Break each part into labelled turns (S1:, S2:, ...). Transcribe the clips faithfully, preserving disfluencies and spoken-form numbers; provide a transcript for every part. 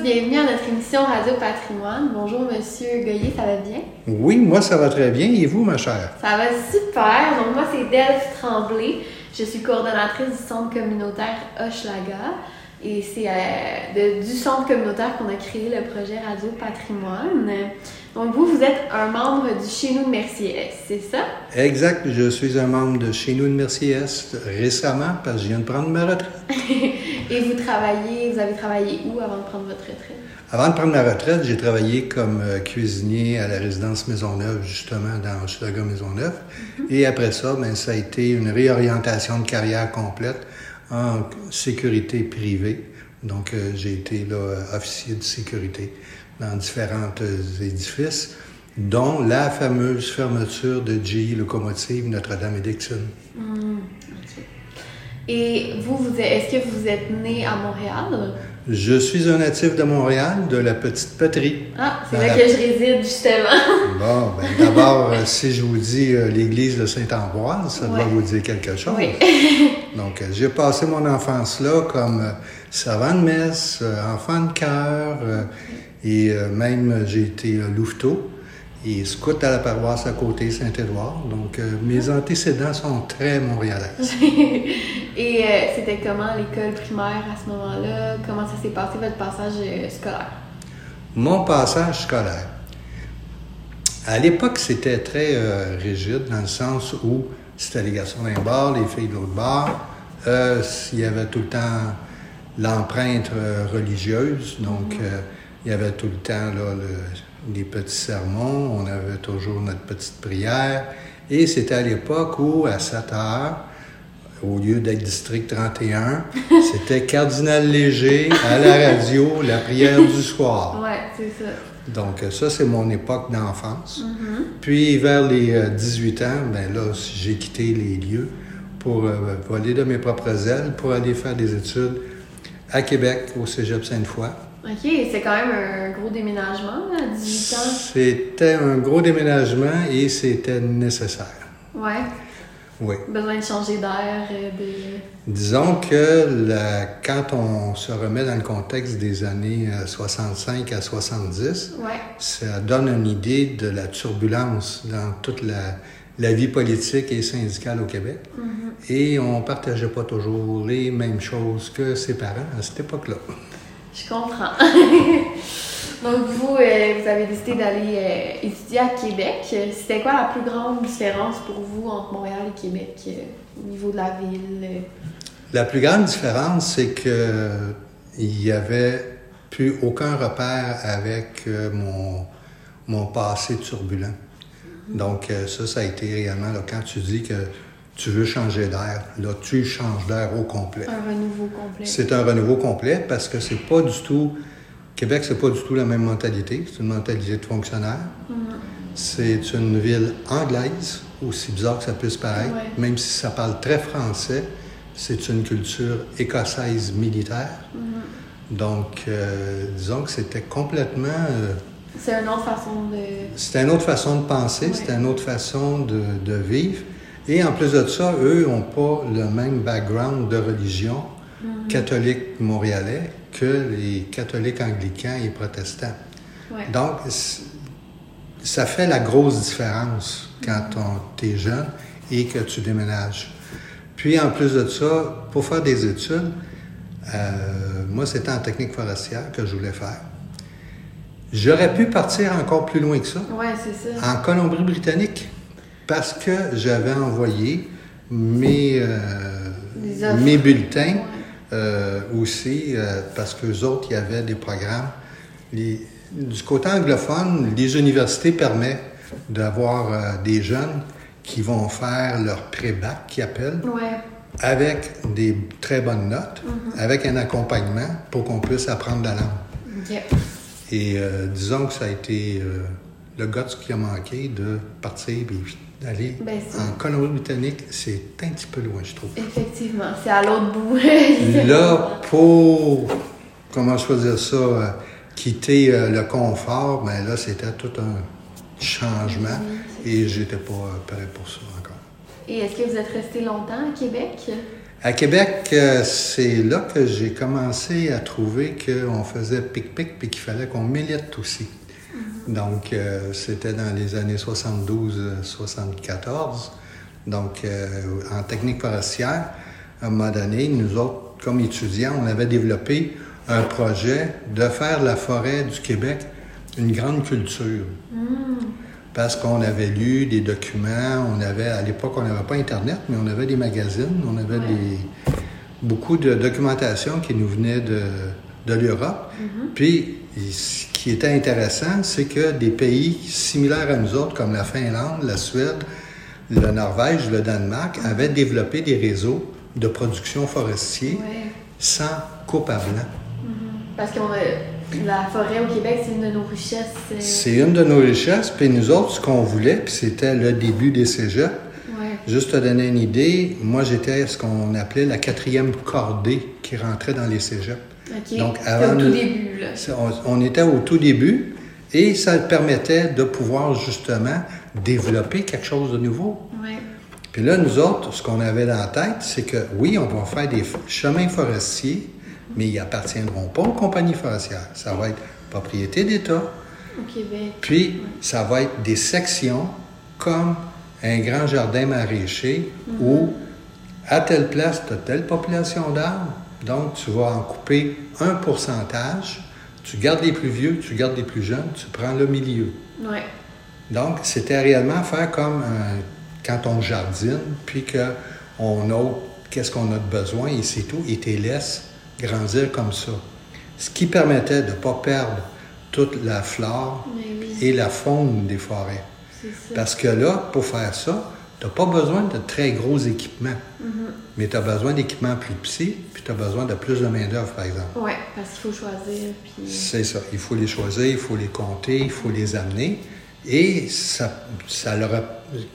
S1: bienvenue à notre émission Radio Patrimoine. Bonjour Monsieur Goyer, ça va bien?
S2: Oui, moi ça va très bien. Et vous, ma chère?
S1: Ça va super. Donc moi, c'est Delphes Tremblay. Je suis coordonnatrice du centre communautaire Hochelaga. Et c'est euh, de, du centre communautaire qu'on a créé le projet Radio Patrimoine. Donc vous, vous êtes un membre du Chez nous de Mercier-Est, c'est ça?
S2: Exact. Je suis un membre de Chez nous de Mercier-Est récemment parce que je viens de prendre ma retraite.
S1: Et vous travaillez, vous avez travaillé où avant de prendre votre retraite?
S2: Avant de prendre ma retraite, j'ai travaillé comme cuisinier à la résidence Maisonneuve, justement, dans Hochelaga Maisonneuve. Mm-hmm. Et après ça, ben, ça a été une réorientation de carrière complète en sécurité privée. Donc, euh, j'ai été là, officier de sécurité dans différents édifices, dont la fameuse fermeture de G E Locomotive Notre-Dame-et-Dixon.
S1: Mm, okay. Et vous, vous est-ce que vous êtes né à Montréal?
S2: Je suis un natif de Montréal, de la Petite Patrie.
S1: Ah, c'est là la... que je réside, justement.
S2: Bon, ben d'abord, si je vous dis euh, l'église de Saint-Ambroise, ça ouais. doit vous dire quelque chose.
S1: Oui.
S2: Donc, euh, j'ai passé mon enfance là comme euh, servant de messe, euh, enfant de chœur, euh, et euh, même j'ai été euh, louveteau et scout à la paroisse à côté, Saint-Édouard. Donc, euh, mes antécédents sont très montréalais.
S1: Et euh, c'était comment l'école primaire à ce moment-là? Comment ça s'est passé, votre passage euh, scolaire?
S2: Mon passage scolaire. À l'époque, c'était très euh, rigide dans le sens où c'était les garçons d'un bord, les filles de l'autre bord. Euh, il y avait tout le temps l'empreinte euh, religieuse. Donc, mm-hmm. euh, il y avait tout le temps là, le, les petits sermons. On avait toujours notre petite prière. Et c'était à l'époque où, à sept heures, au lieu d'être district trente et un, c'était Cardinal Léger à la radio, la prière du soir.
S1: Ouais, c'est ça.
S2: Donc, ça, c'est mon époque d'enfance.
S1: Mm-hmm.
S2: Puis, vers les euh, dix-huit ans, ben là, j'ai quitté les lieux pour euh, voler de mes propres ailes pour aller faire des études à Québec, au Cégep Sainte-Foy.
S1: OK, c'est quand même un gros déménagement, à dix-huit ans.
S2: C'était un gros déménagement et c'était nécessaire.
S1: Ouais.
S2: Oui.
S1: Besoin de changer d'air. De...
S2: Disons que la, quand on se remet dans le contexte des années soixante-cinq à soixante-dix,
S1: ouais.
S2: ça donne une idée de la turbulence dans toute la, la vie politique et syndicale au Québec.
S1: Mm-hmm.
S2: Et on ne partageait pas toujours les mêmes choses que ses parents à cette époque-là.
S1: Je comprends. Donc, vous, euh, vous avez décidé d'aller euh, étudier à Québec. C'était quoi la plus grande différence pour vous entre Montréal et Québec euh, au niveau de la ville? Euh?
S2: La plus grande différence, c'est qu'il n'y avait plus aucun repère avec euh, mon, mon passé turbulent. Mm-hmm. Donc, euh, ça, ça a été réellement, là, quand tu dis que tu veux changer d'air, là, tu changes d'air au complet.
S1: Un renouveau complet.
S2: C'est un renouveau complet parce que c'est pas du tout... Québec, c'est pas du tout la même mentalité. C'est une mentalité de fonctionnaire. Mm-hmm. C'est une ville anglaise, aussi bizarre que ça puisse paraître. Ouais. Même si ça parle très français, c'est une culture écossaise militaire. Mm-hmm. Donc, euh, disons que c'était complètement... Euh,
S1: c'est une autre façon de...
S2: C'était une autre façon de penser, ouais. C'était une autre façon de, de vivre. Et en plus de ça, eux n'ont pas le même background de religion mm-hmm. catholique montréalais que les catholiques anglicans et protestants.
S1: Ouais.
S2: Donc, ça fait la grosse différence quand tu es jeune et que tu déménages. Puis, en plus de ça, pour faire des études, euh, moi, c'était en technique forestière que je voulais faire. J'aurais pu partir encore plus loin que ça.
S1: Ouais, c'est ça.
S2: En Colombie-Britannique, parce que j'avais envoyé mes, euh, mes bulletins. Ouais. Euh, aussi, euh, parce qu'eux autres, il y avait des programmes. Les, du côté anglophone, les universités permettent d'avoir euh, des jeunes qui vont faire leur pré-bac, qu'ils appellent,
S1: ouais.
S2: avec des très bonnes notes, mm-hmm. avec un accompagnement pour qu'on puisse apprendre la langue.
S1: Okay.
S2: Et euh, disons que ça a été euh, le gars qui a manqué de partir et d'aller
S1: ben,
S2: en Colombie-Britannique, c'est un petit peu loin, je trouve.
S1: Effectivement, c'est à l'autre bout.
S2: Là, pour, comment je peux dire ça, euh, quitter euh, le confort, ben là, c'était tout un changement oui, et j'étais pas euh, prêt pour ça encore.
S1: Et est-ce que vous êtes resté longtemps à Québec?
S2: À Québec, euh, c'est là que j'ai commencé à trouver qu'on faisait pic-pic puis qu'il fallait qu'on milite aussi. Mm-hmm. Donc, euh, c'était dans les années soixante-douze soixante-quatorze. Donc, euh, en technique forestière, à un moment donné, nous autres, comme étudiants, on avait développé un projet de faire la forêt du Québec une grande culture. Mm. Parce qu'on avait lu des documents, on avait, à l'époque, on n'avait pas Internet, mais on avait des magazines, on avait ouais. des, beaucoup de documentation qui nous venait de, de l'Europe. Mm-hmm. Puis, ce qui était intéressant, c'est que des pays similaires à nous autres, comme la Finlande, la Suède, la Norvège, le Danemark, avaient développé des réseaux de production forestière ouais. sans coupe à blanc.
S1: Mm-hmm. Parce qu'on a... La forêt au Québec, c'est une de nos richesses. C'est,
S2: c'est une de nos richesses. Puis nous autres, ce qu'on voulait, puis c'était le début des cégeps. Ouais. Juste te donner une idée, moi, j'étais ce qu'on appelait la quatrième cordée qui rentrait dans les cégeps.
S1: OK. Donc, avant, au tout début, là.
S2: On, on était au tout début et ça permettait de pouvoir, justement, développer quelque chose de nouveau.
S1: Ouais.
S2: Puis là, nous autres, ce qu'on avait dans la tête, c'est que, oui, on va faire des chemins forestiers, mais ils appartiendront pas aux compagnies forestières. Ça va être propriété d'État.
S1: Au Québec.
S2: Puis, ouais. ça va être des sections comme un grand jardin maraîcher mm-hmm. où, à telle place, tu as telle population d'arbres. Donc, tu vas en couper un pourcentage. Tu gardes les plus vieux, tu gardes les plus jeunes, tu prends le milieu.
S1: Ouais.
S2: Donc, c'était réellement faire comme un, quand on jardine, puis qu'on a qu'est-ce qu'on a de besoin et c'est tout, et tu les laisses grandir comme ça. Ce qui permettait de ne pas perdre toute la flore
S1: oui.
S2: et la faune des forêts.
S1: C'est ça.
S2: Parce que là, pour faire ça, tu n'as pas besoin de très gros équipements.
S1: Mm-hmm.
S2: Mais tu as besoin d'équipements plus petits, puis tu as besoin de plus de main-d'œuvre, par exemple.
S1: Oui, parce qu'il faut choisir. Puis...
S2: C'est ça. Il faut les choisir, il faut les compter, il faut les amener. Et ça, ça, leur a,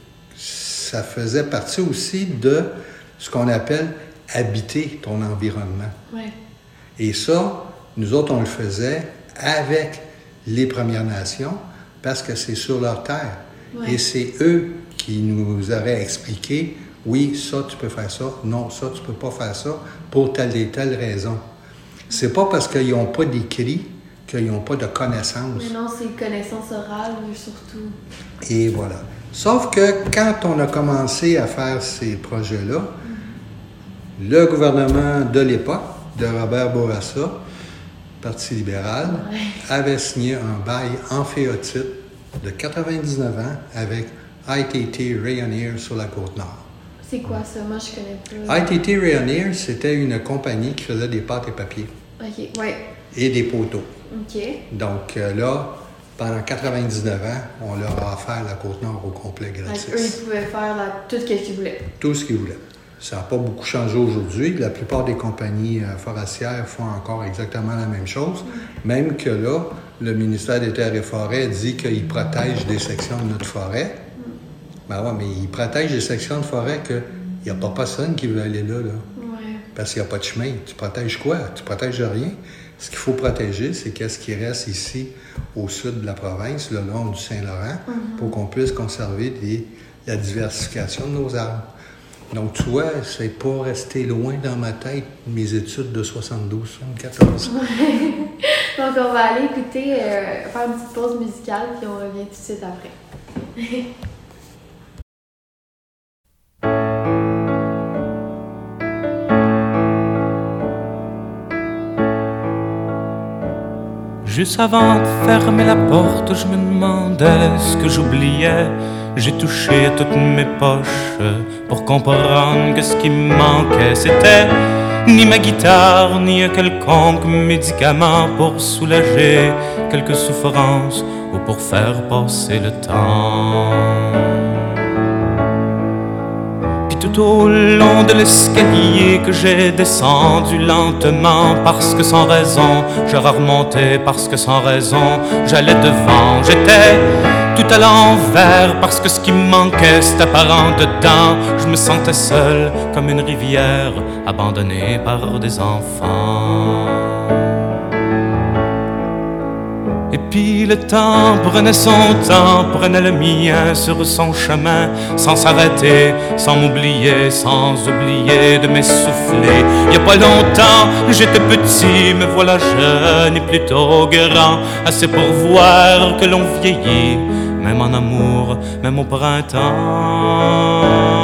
S2: ça faisait partie aussi de ce qu'on appelle habiter ton environnement.
S1: Ouais.
S2: Et ça, nous autres, on le faisait avec les Premières Nations parce que c'est sur leur terre. Ouais. Et c'est eux qui nous auraient expliqué, oui, ça, tu peux faire ça, non, ça, tu peux pas faire ça, pour telle et telle raison. C'est pas parce qu'ils n'ont pas d'écrit qu'ils n'ont pas de connaissances.
S1: Mais non, c'est connaissance orale, surtout.
S2: Et voilà. Sauf que quand on a commencé à faire ces projets-là, mm-hmm. le gouvernement de l'époque, de Robert Bourassa, Parti libéral, ouais. avait signé un bail emphéotite de quatre-vingt-dix-neuf ans avec I T T Rayonier sur la Côte-Nord.
S1: C'est quoi ça? Moi, je connais pas.
S2: I T T Rayonier, c'était une compagnie qui faisait des pâtes et papier.
S1: OK, ouais.
S2: Et des poteaux.
S1: OK.
S2: Donc euh, là, pendant quatre-vingt-dix-neuf ans, on leur a offert la Côte-Nord au complet gratis.
S1: Donc, eux, ils pouvaient faire la... tout ce qu'ils voulaient.
S2: Tout ce qu'ils voulaient. Ça n'a pas beaucoup changé aujourd'hui. La plupart des compagnies euh, forestières font encore exactement la même chose. Mm. Même que là, le ministère des Terres et Forêts dit qu'il protège des sections de notre forêt. Mm. Ben ouais, mais il protège des sections de forêt qu'il n'y a pas personne qui veut aller là. là.
S1: Ouais.
S2: Parce qu'il n'y a pas de chemin. Tu protèges quoi? Tu protèges rien. Ce qu'il faut protéger, c'est qu'est-ce qui reste ici, au sud de la province, le long du Saint-Laurent, mm-hmm. pour qu'on puisse conserver des, la diversification de nos arbres. Donc, tu vois, c'est pas resté loin dans ma tête mes études de soixante-douze soixante-quatorze.
S1: Donc, on va aller écouter, euh, faire une petite pause musicale, puis on revient tout de suite après.
S3: Juste avant de fermer la porte, je me demandais ce que j'oubliais. J'ai touché à toutes mes poches pour comprendre que ce qui me manquait, c'était ni ma guitare, ni un quelconque médicament pour soulager quelques souffrances ou pour faire passer le temps. Puis tout au long de l'escalier que j'ai descendu lentement, parce que sans raison j'aurais remonté, parce que sans raison j'allais devant. J'étais tout à l'envers, parce que ce qui me manquait c'était apparent dedans. Je me sentais seul comme une rivière abandonnée par des enfants. Et puis le temps prenait son temps, prenait le mien sur son chemin, sans s'arrêter, sans m'oublier, sans oublier de m'essouffler. Il y a pas longtemps, j'étais petit, me voilà jeune et plutôt grand, assez pour voir que l'on vieillit, même en amour, même au printemps.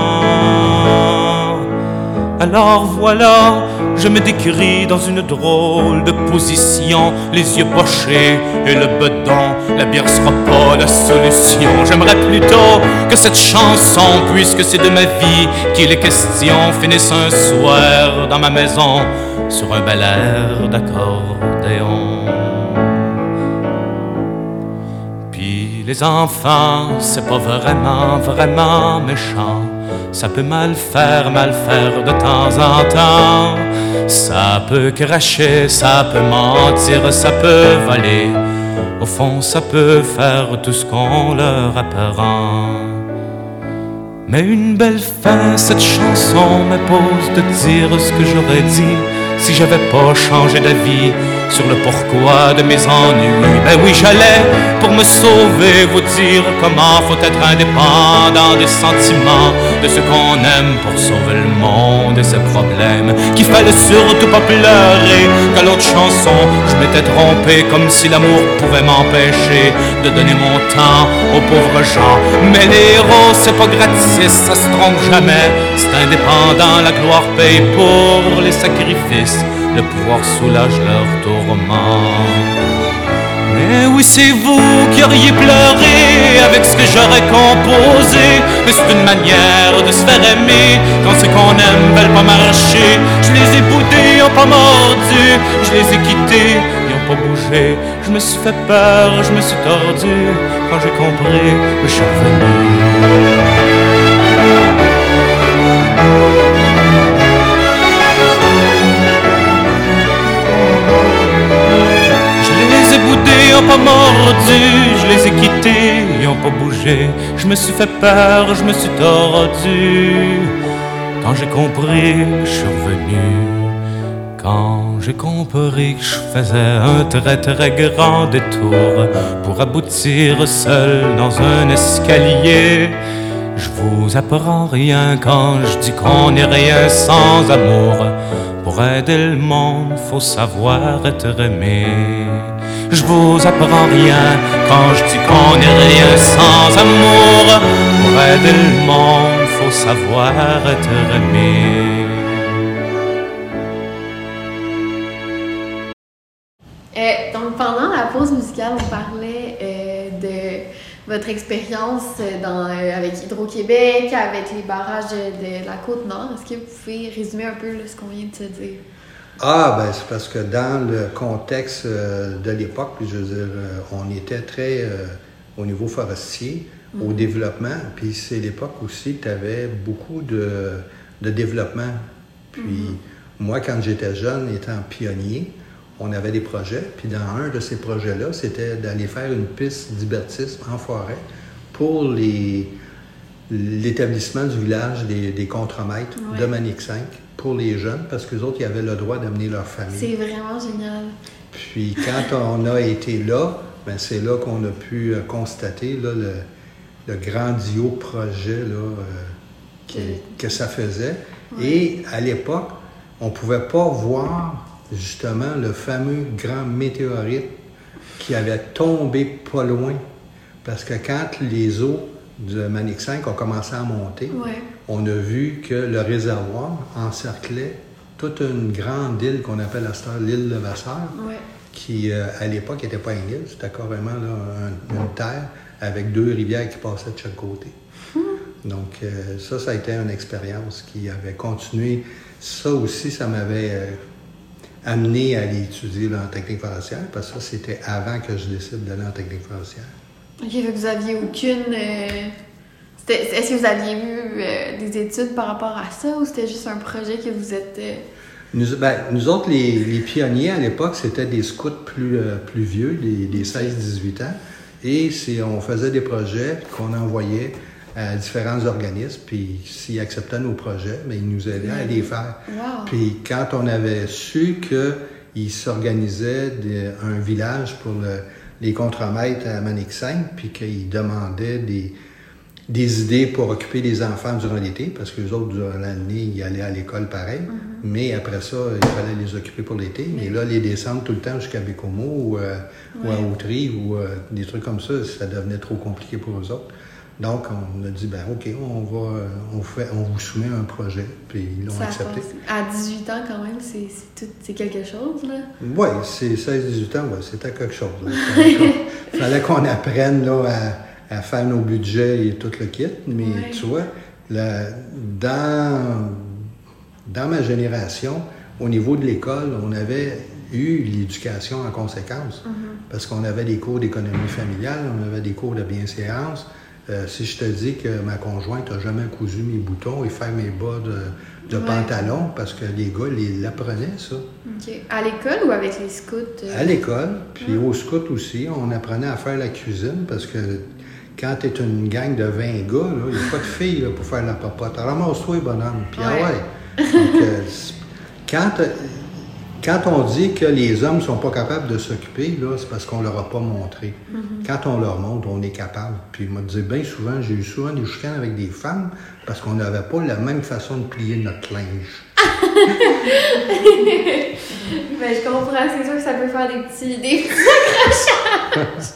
S3: Alors voilà, je me décris dans une drôle de position, les yeux pochés et le bedon, la bière sera pas la solution. J'aimerais plutôt que cette chanson, puisque c'est de ma vie qu'il est question, finisse un soir dans ma maison sur un bel air d'accordéon. Puis les enfants, c'est pas vraiment, vraiment méchant. Ça peut mal faire, mal faire de temps en temps. Ça peut cracher, ça peut mentir, ça peut voler. Au fond, ça peut faire tout ce qu'on leur apprend. Mais une belle fin, cette chanson m'impose de dire ce que j'aurais dit si j'avais pas changé d'avis sur le pourquoi de mes ennuis. Ben oui, j'allais pour me sauver vous dire comment faut être indépendant des sentiments de ce qu'on aime pour sauver le monde et ses problèmes, qu'il fallait surtout pas pleurer qu'à l'autre chanson je m'étais trompé, comme si l'amour pouvait m'empêcher de donner mon temps aux pauvres gens. Mais les héros c'est pas gratis, ça se trompe jamais, c'est indépendant, la gloire paye pour les sacrifices, le pouvoir soulage leur tourment. Mais oui, c'est vous qui auriez pleuré avec ce que j'aurais composé. Mais c'est une manière de se faire aimer quand ceux qu'on aime veulent pas marcher. Je les ai boudés, ils ont pas mordu. Je les ai quittés, ils ont pas bougé. Je me suis fait peur, je me suis tordu. Quand j'ai compris, je suis revenu. Ils ont pas mordu, je les ai quittés, ils ont pas bougé. Je me suis fait peur, je me suis tordu. Quand j'ai compris, je suis revenu. Quand j'ai compris que je faisais un très très grand détour pour aboutir seul dans un escalier. Je vous apprends rien quand je dis qu'on n'est rien sans amour. Pour aider le monde, faut savoir être aimé. Je vous apprends rien quand je dis qu'on n'est rien sans amour. Pour aider le monde, faut savoir être aimé.
S1: Euh, donc pendant la pause musicale, on parlait euh, de votre expérience dans, euh, avec Hydro-Québec, avec les barrages de, de la Côte-Nord. Est-ce que vous pouvez résumer un peu là, ce qu'on vient de se dire?
S2: Ah, ben c'est parce que dans le contexte euh, de l'époque, je veux dire, euh, on était très euh, au niveau forestier, mm-hmm. au développement, puis c'est l'époque aussi que tu avais beaucoup de, de développement. Puis mm-hmm. moi, quand j'étais jeune, étant pionnier, on avait des projets, puis dans un de ces projets-là, c'était d'aller faire une piste d'hybertisme en forêt pour les, l'établissement du village des, des contremaîtres ouais. de Manic cinq pour les jeunes, parce qu'eux autres, ils avaient le droit d'amener leur famille.
S1: C'est vraiment génial.
S2: Puis quand on a été là, ben c'est là qu'on a pu euh, constater là, le, le grandiose projet là, euh, qui, que ça faisait. Ouais. Et à l'époque, on ne pouvait pas voir justement le fameux grand météorite qui avait tombé pas loin. Parce que quand les eaux de Manic cinq ont commencé à monter, ouais. on a vu que le réservoir encerclait toute une grande île qu'on appelle à cette heure l'île de Vasseur, ouais. qui euh, à l'époque n'était pas une île, c'était carrément là, un, une terre avec deux rivières qui passaient de chaque côté. Hum. Donc euh, ça, ça a été une expérience qui avait continué. Ça aussi, ça m'avait euh, amené à aller étudier là, en technique forestière, parce que ça, c'était avant que je décide d'aller en technique forestière.
S1: OK, fait que vous aviez aucune... Euh... Est-ce que vous aviez eu euh, des études par rapport à ça, ou c'était juste un projet que vous êtes... Euh...
S2: Nous, ben, nous autres, les, les pionniers à l'époque, c'était des scouts plus, euh, plus vieux, des, des seize dix-huit ans, et c'est, on faisait des projets qu'on envoyait à différents organismes, puis s'ils acceptaient nos projets, bien, ils nous aidaient à les faire.
S1: Wow.
S2: Puis quand on avait su qu'ils s'organisaient de, un village pour le, les contremaîtres à Manic-Sainte, puis qu'ils demandaient des, des idées pour occuper les enfants durant l'été, parce que les autres, durant l'année, ils allaient à l'école pareil. Mm-hmm. Mais après ça, il fallait les occuper pour l'été. Mais là, les descendre tout le temps jusqu'à Bécomo ou, euh, ouais. ou à Autry ou euh, des trucs comme ça, ça devenait trop compliqué pour eux autres. Donc, on a dit, ben OK, on va, on fait, on vous soumet un projet, puis ils l'ont ça accepté.
S1: Passe. À dix-huit ans, quand même, c'est, c'est, tout, c'est quelque chose, là?
S2: Oui, c'est seize dix-huit ans, ouais, c'était quelque chose. Il fallait qu'on apprenne, là, à, à faire nos budgets et tout le kit, mais ouais. tu vois, là, dans, dans ma génération, au niveau de l'école, on avait eu l'éducation en conséquence, mm-hmm. parce qu'on avait des cours d'économie familiale, on avait des cours de bienséance. Euh, si je te dis que ma conjointe n'a jamais cousu mes boutons et fait mes bas de, de ouais. pantalon, parce que les gars les l'apprenaient, ça.
S1: OK. À l'école ou avec les scouts? Euh...
S2: À l'école, puis ouais. au scout aussi, on apprenait à faire la cuisine, parce que quand tu es une gang de vingt gars, il n'y a pas de filles là, pour faire la popote. Ramasse-toi, bonhomme. Puis ouais. ah ouais. Donc, euh, quand... Quand on dit que les hommes ne sont pas capables de s'occuper, là, c'est parce qu'on ne leur a pas montré. Mm-hmm. Quand on leur montre, on est capable. Puis moi, je dis bien souvent, j'ai eu souvent des chicanes avec des femmes parce qu'on n'avait pas la même façon de plier notre linge.
S1: Ben, je comprends, c'est sûr que ça peut faire des petits, des petits accrochages.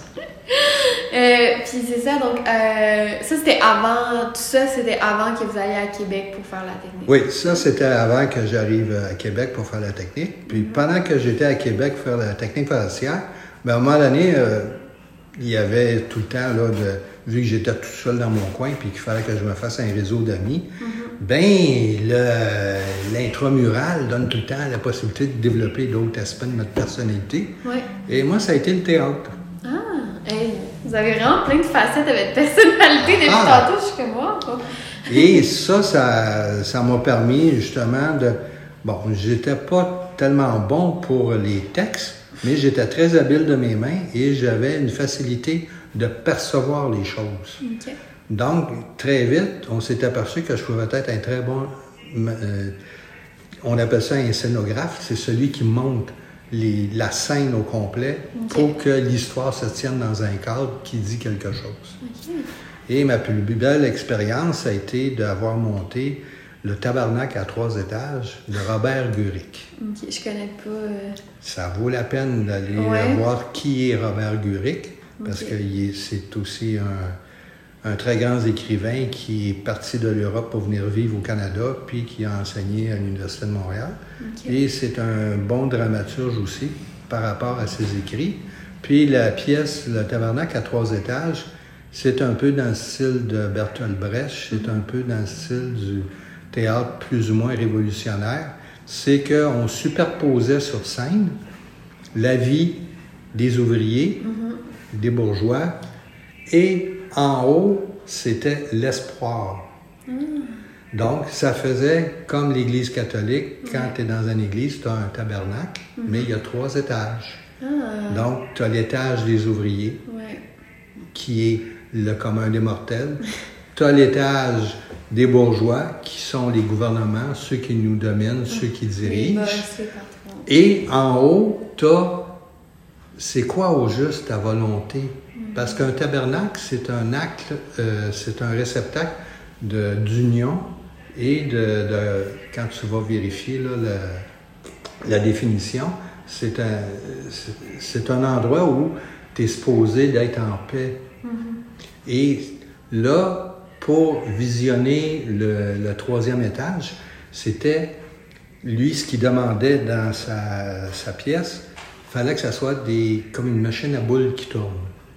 S1: Euh, puis c'est ça, donc euh, ça c'était avant, tout ça c'était avant que vous alliez à Québec pour faire la technique.
S2: Oui, ça c'était avant que j'arrive à Québec pour faire la technique. Puis mm-hmm. pendant que j'étais à Québec pour faire la technique forestière, ben, à un moment donné, euh, il y avait tout le temps, là, de, vu que j'étais tout seul dans mon coin puis qu'il fallait que je me fasse un réseau d'amis, mm-hmm. ben le, l'intramural donne tout le temps la possibilité de développer d'autres aspects de notre personnalité.
S1: Ouais.
S2: Et moi, ça a été le théâtre.
S1: Ah, hey, vous avez vraiment plein de facettes de votre personnalité depuis ah. tantôt, je suis comme moi.
S2: Et ça, ça, ça m'a permis justement de... Bon, j'étais pas tellement bon pour les textes, mais j'étais très habile de mes mains et j'avais une facilité de percevoir les choses.
S1: Okay.
S2: Donc, très vite, on s'est aperçu que je pouvais être un très bon... Euh, on appelle ça un scénographe, c'est celui qui monte Les, la scène au complet okay. pour que l'histoire se tienne dans un cadre qui dit quelque chose. Okay. Et ma plus belle expérience a été d'avoir monté le Tabarnak à trois étages de Robert Guric.
S1: Ok, je connais pas. Euh...
S2: Ça vaut la peine d'aller ouais. voir qui est Robert Guric, parce okay. que c'est aussi un, un très grand écrivain qui est parti de l'Europe pour venir vivre au Canada, puis qui a enseigné à l'Université de Montréal. Okay. Et c'est un bon dramaturge aussi par rapport à ses écrits. Puis la pièce, le Tabarnak à trois étages, c'est un peu dans le style de Bertolt Brecht, c'est un peu dans le style du théâtre plus ou moins révolutionnaire. C'est qu'on superposait sur scène la vie des ouvriers, mm-hmm. des bourgeois, et en haut, c'était l'espoir. Mm. Donc, ça faisait comme l'Église catholique. Quand ouais. tu es dans une église, tu as un tabernacle, mm-hmm. mais il y a trois étages. Ah. Donc, tu as l'étage des ouvriers,
S1: ouais.
S2: qui est le commun des mortels. Tu as l'étage des bourgeois, qui sont les gouvernements, ceux qui nous dominent, mm. ceux qui dirigent. Et en haut, tu as, c'est quoi au juste ta volonté? Mm. Parce qu'un tabernacle, c'est un acte, euh, c'est un réceptacle de, d'union et de, de, quand tu vas vérifier là, la, la définition, c'est un, c'est, c'est un endroit où tu es supposé d'être en paix. Mm-hmm. Et là, pour visionner le, le troisième étage, c'était, lui, ce qu'il demandait dans sa, sa pièce, il fallait que ça soit des, comme une machine à boules qui tourne.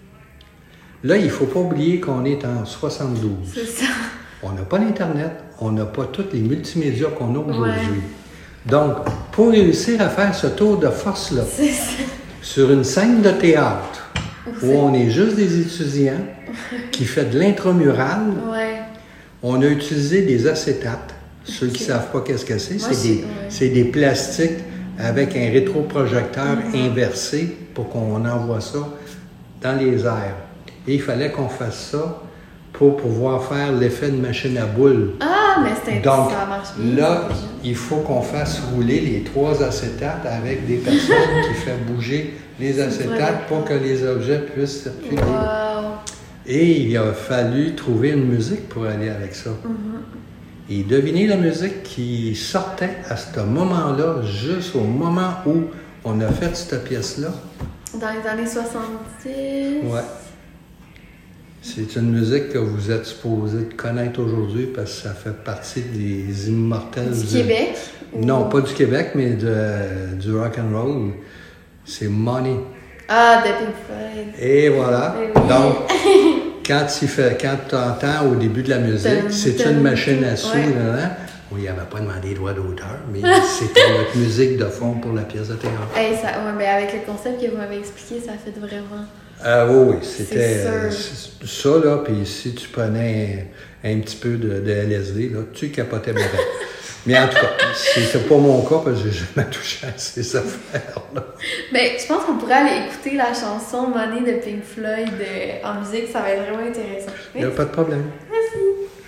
S2: Là, il ne faut pas oublier qu'on est en soixante-douze.
S1: C'est ça.
S2: On n'a pas d'Internet, on n'a pas tous les multimédias qu'on a aujourd'hui.
S1: Ouais.
S2: Donc, pour réussir à faire ce tour de force-là, sur une scène de théâtre, où on est juste des étudiants, qui fait de l'intramural,
S1: ouais.
S2: on a utilisé des acétates. Ceux okay. qui ne savent pas qu'est-ce que c'est, Moi, c'est, des, ouais. c'est des plastiques avec un rétroprojecteur mm-hmm. inversé pour qu'on envoie ça dans les airs. Et il fallait qu'on fasse ça pour pouvoir faire l'effet de machine à boules.
S1: Ah, mais c'est
S2: Donc,
S1: ça marche bien.
S2: Là, il faut qu'on fasse rouler les trois acétates avec des personnes qui font bouger les acétates pour que les objets puissent circuler.
S1: Wow.
S2: Et il a fallu trouver une musique pour aller avec ça. Mm-hmm. Et devinez la musique qui sortait à ce moment-là, juste au moment où on a fait cette pièce-là.
S1: Dans les années soixante-dix.
S2: Ouais. C'est une musique que vous êtes supposé de connaître aujourd'hui parce que ça fait partie des immortels.
S1: Du
S2: de...
S1: Québec?
S2: Non,
S1: ou...
S2: pas du Québec, mais de, du rock and roll. C'est Money.
S1: Ah, de Pink Floyd.
S2: Et voilà.
S1: Oui.
S2: Donc, quand tu fait, quand tu entends au début de la musique,
S1: Tum,
S2: c'est
S1: tum,
S2: une machine à sous,
S1: ouais.
S2: là, là. Oui, il n'avait pas demandé droit d'auteur, mais c'était notre musique de fond pour la pièce de théâtre.
S1: Hey, ça, ouais, mais avec le concept que vous m'avez expliqué, ça fait vraiment...
S2: Ah oui, oui, c'était
S1: euh,
S2: ça, là, puis si tu prenais un, un petit peu de, de L S D, là, tu capotais bien. Mais en tout cas, c'était pas mon cas parce que j'ai jamais touché à ces affaires-là.
S1: Mais je pense qu'on pourrait aller écouter la chanson Money de Pink Floyd euh, en musique, ça va être vraiment intéressant.
S2: Il n'y a pas de problème.
S1: Merci.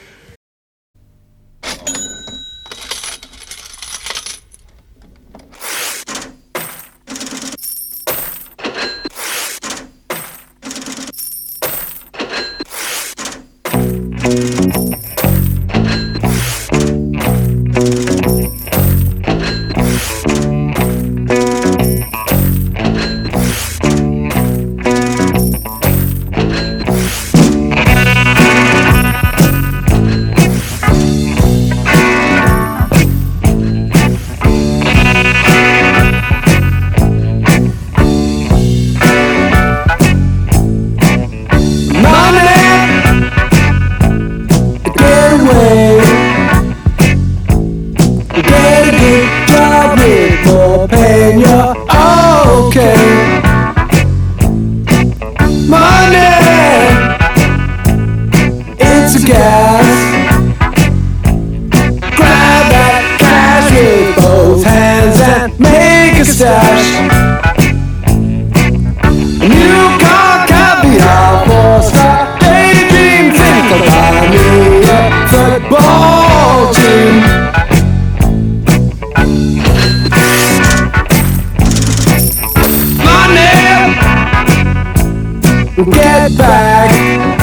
S4: Get back.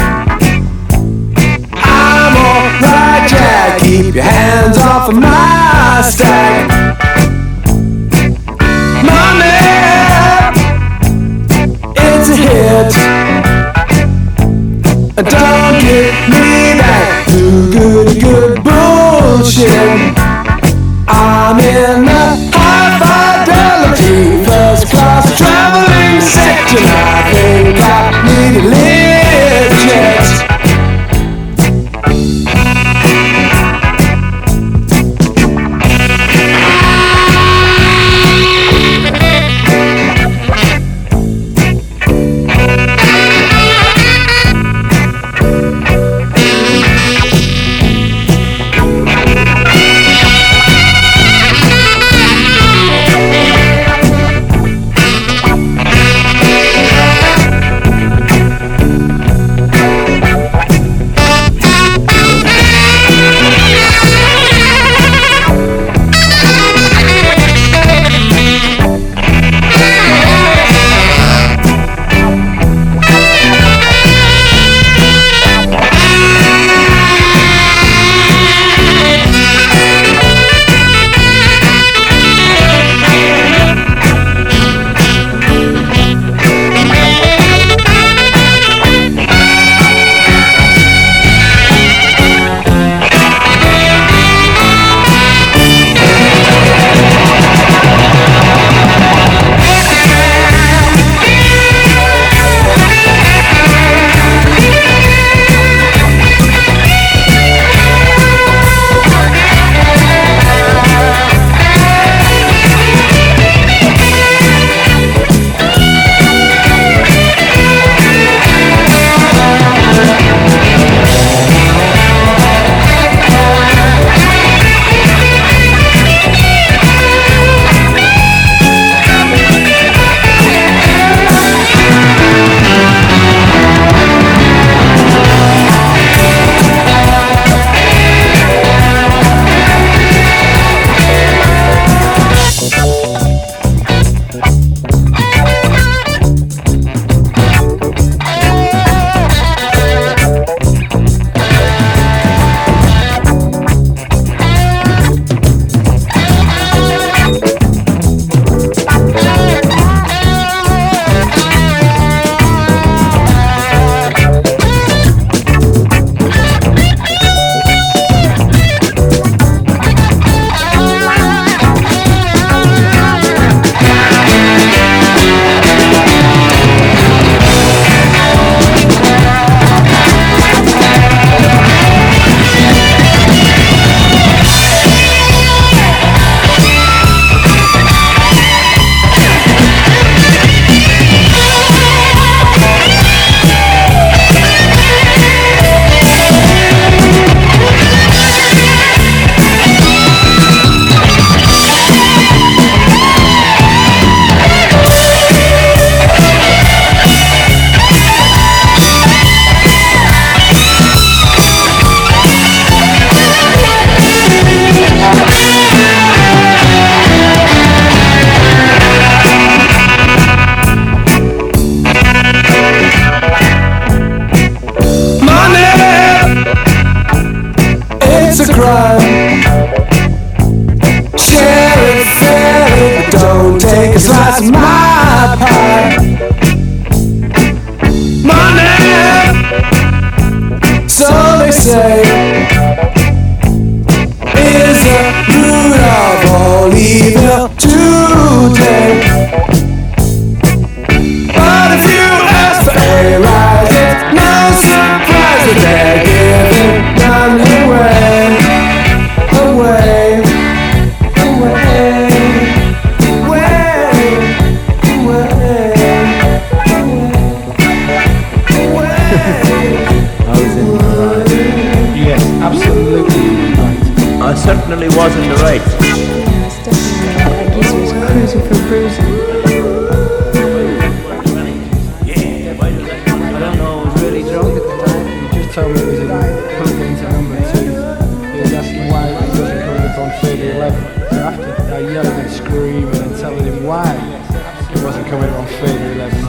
S4: I'm alright, Jack. Keep your hands off of my stack. Money, it's a hit. Don't get me that too good, good bullshit. I'm in the high fidelity first class traveling section. I think I need a lift jet. say is the root of all evil today. But if you ask for a rise, it's no surprise that they're giving none away, away, away, away, away, away.
S5: Yes, absolutely right.
S6: I certainly was in the right.
S7: Yes, definitely. I guess he was cruising for bruising.
S5: I don't know, I was really drunk at the time. He just told me it was in Pilgrim's number two. He was asking why it wasn't coming up on Friday eleven. So after I yelling and screaming and telling him why it wasn't coming up on Friday eleven.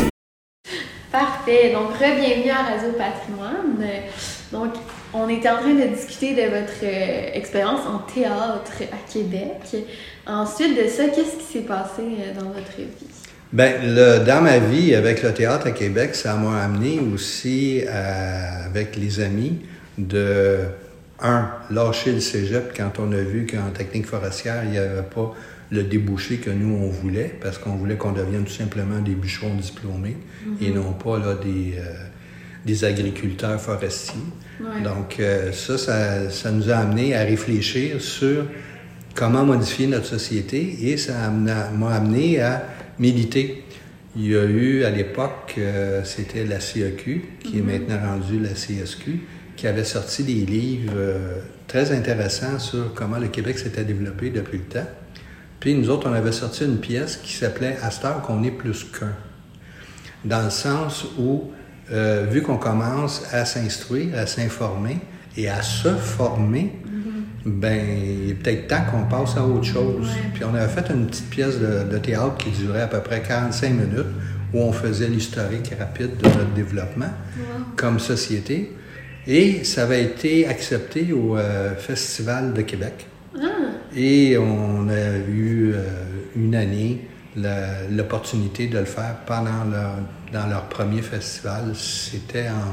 S1: Parfait. Donc, re-bienvenue à Radio Patrimoine. Donc, on était en train de discuter de votre euh, expérience en théâtre à Québec. Ensuite de ça, qu'est-ce qui s'est passé euh, dans votre vie?
S2: Bien, le, dans ma vie, avec le théâtre à Québec, ça m'a amené aussi, à, avec les amis, de, un, lâcher le cégep quand on a vu qu'en technique forestière, il n'y avait pas le débouché que nous, on voulait, parce qu'on voulait qu'on devienne tout simplement des bûcherons diplômés mm-hmm. et non pas là, des, euh, des agriculteurs forestiers. Ouais. Donc, euh, ça, ça, ça nous a amené à réfléchir sur comment modifier notre société et ça m'a amené à militer. Il y a eu à l'époque, euh, c'était la C A Q, qui mm-hmm. est maintenant rendue la C S Q, qui avait sorti des livres euh, très intéressants sur comment le Québec s'était développé depuis le temps. Puis nous autres, on avait sorti une pièce qui s'appelait « À cette heure qu'on est plus qu'un », dans le sens où, euh, vu qu'on commence à s'instruire, à s'informer et à se former, mm-hmm. ben il est peut-être temps qu'on passe à autre chose. Ouais. Puis on avait fait une petite pièce de, de théâtre qui durait à peu près quarante-cinq minutes, où on faisait l'historique rapide de notre développement wow. comme société. Et ça avait été accepté au euh, Festival de Québec. Ah. Et on a eu euh, une année la, l'opportunité de le faire pendant leur, dans leur premier festival. C'était en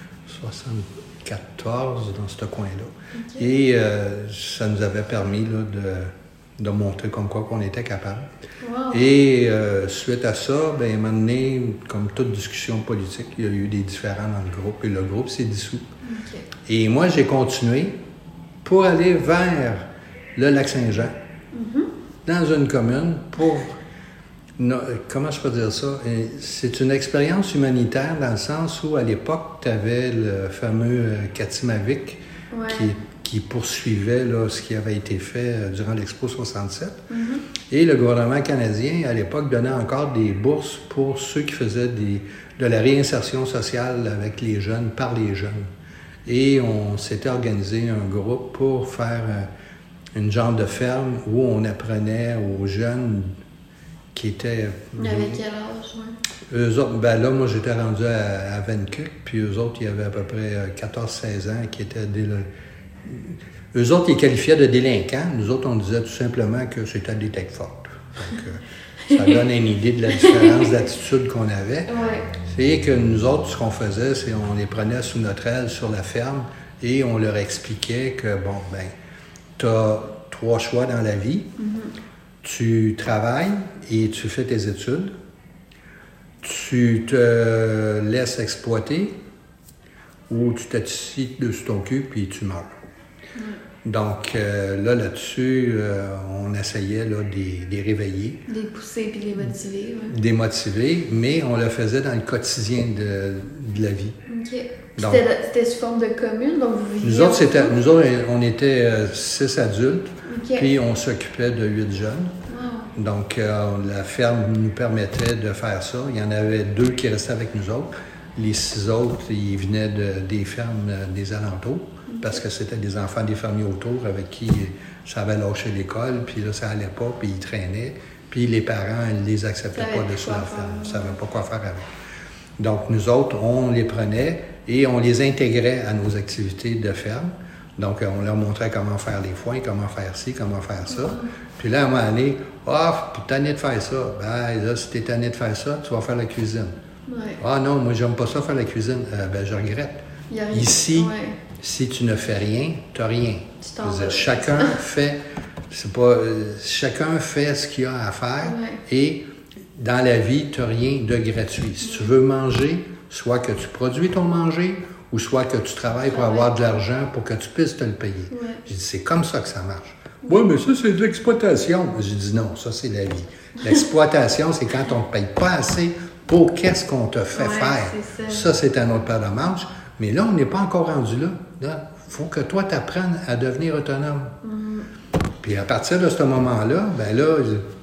S2: soixante-quatorze, dans ce coin-là. Okay. Et euh, ça nous avait permis là, de, de montrer comme quoi qu'on était capable. Wow. Et euh, suite à ça, ben, à un moment donné, comme toute discussion politique, il y a eu des différends dans le groupe et le groupe s'est dissous. Okay. Et moi, j'ai continué pour aller vers le Lac-Saint-Jean, mm-hmm. dans une commune pour... No, comment je peux dire ça? C'est une expérience humanitaire dans le sens où, à l'époque, tu avais le fameux Katimavik ouais. qui, qui poursuivait là, ce qui avait été fait durant l'Expo soixante-sept. Mm-hmm. Et le gouvernement canadien, à l'époque, donnait encore des bourses pour ceux qui faisaient des, de la réinsertion sociale avec les jeunes, par les jeunes. Et on s'était organisé un groupe pour faire une genre de ferme où on apprenait aux jeunes qui étaient...
S1: Avec quel âge, oui?
S2: Eux autres, ben là, moi, j'étais rendu à, à Vancouver, puis eux autres, il y avait à peu près quatorze seize ans qui étaient... Dél... Eux autres, ils qualifiaient de délinquants. Nous autres, on disait tout simplement que c'était des têtes fortes. Donc, euh, ça donne une idée de la différence d'attitude qu'on avait. Ouais. C'est que nous autres, ce qu'on faisait, c'est on les prenait sous notre aile sur la ferme et on leur expliquait que, bon, ben, tu as trois choix dans la vie. Mm-hmm. Tu travailles et tu fais tes études. Tu te laisses exploiter ou tu t'assis dessus ton cul puis tu meurs. Mm. Donc euh, là, là-dessus, euh, on essayait là, de les réveiller.
S1: Des pousser puis les motiver. Ouais.
S2: Des motiver, mais on le faisait dans le quotidien de, de la vie.
S1: OK. Donc, c'était, c'était sous forme de commune, donc vous viviez...
S2: Nous autres, c'était, nous autres on était euh, six adultes, okay. Puis on s'occupait de huit jeunes. Wow. Donc, euh, la ferme nous permettait de faire ça. Il y en avait deux qui restaient avec nous autres. Les six autres, ils venaient de, des fermes euh, des alentours, okay. Parce que c'était des enfants des fermiers autour avec qui ça avait lâché l'école, puis là, ça allait pas, puis ils traînaient. Puis les parents, ils les acceptaient pas de sur la ferme. Ils ne savaient pas quoi faire avec. Donc, nous autres, on les prenait et on les intégrait à nos activités de ferme. Donc, on leur montrait comment faire les foins, comment faire ci, comment faire ça. Mm-hmm. Puis là, à un moment donné, ah, oh, t'es tanné de faire ça. Ben là, si t'es tanné de faire ça, tu vas faire la cuisine. Ouais. Ah non, moi, j'aime pas ça faire la cuisine. Euh, ben, je regrette.
S1: Il y a rien.
S2: Ici,
S1: Ouais.
S2: si tu ne fais rien, tu n'as rien.
S1: Tu t'en
S2: Je veux dire,
S1: vas.
S2: chacun fait, c'est pas, euh, chacun fait ce qu'il a à faire
S1: Ouais.
S2: et dans la vie, tu n'as rien de gratuit. Si tu veux manger, soit que tu produis ton manger ou soit que tu travailles pour avoir de l'argent pour que tu puisses te le payer.
S1: Ouais.
S2: J'ai dit, c'est comme ça que ça marche. Oui, mais ça, c'est de l'exploitation. J'ai dit, non, ça, c'est la vie. L'exploitation, c'est quand on ne te paye pas assez pour qu'est-ce qu'on te fait
S1: Ouais,
S2: faire.
S1: c'est ça.
S2: Ça, c'est un autre paire de manches. Mais là, on n'est pas encore rendu là. Là, il faut que toi, tu apprennes à devenir autonome.
S1: Mm-hmm.
S2: Puis à partir de ce moment-là, ben là,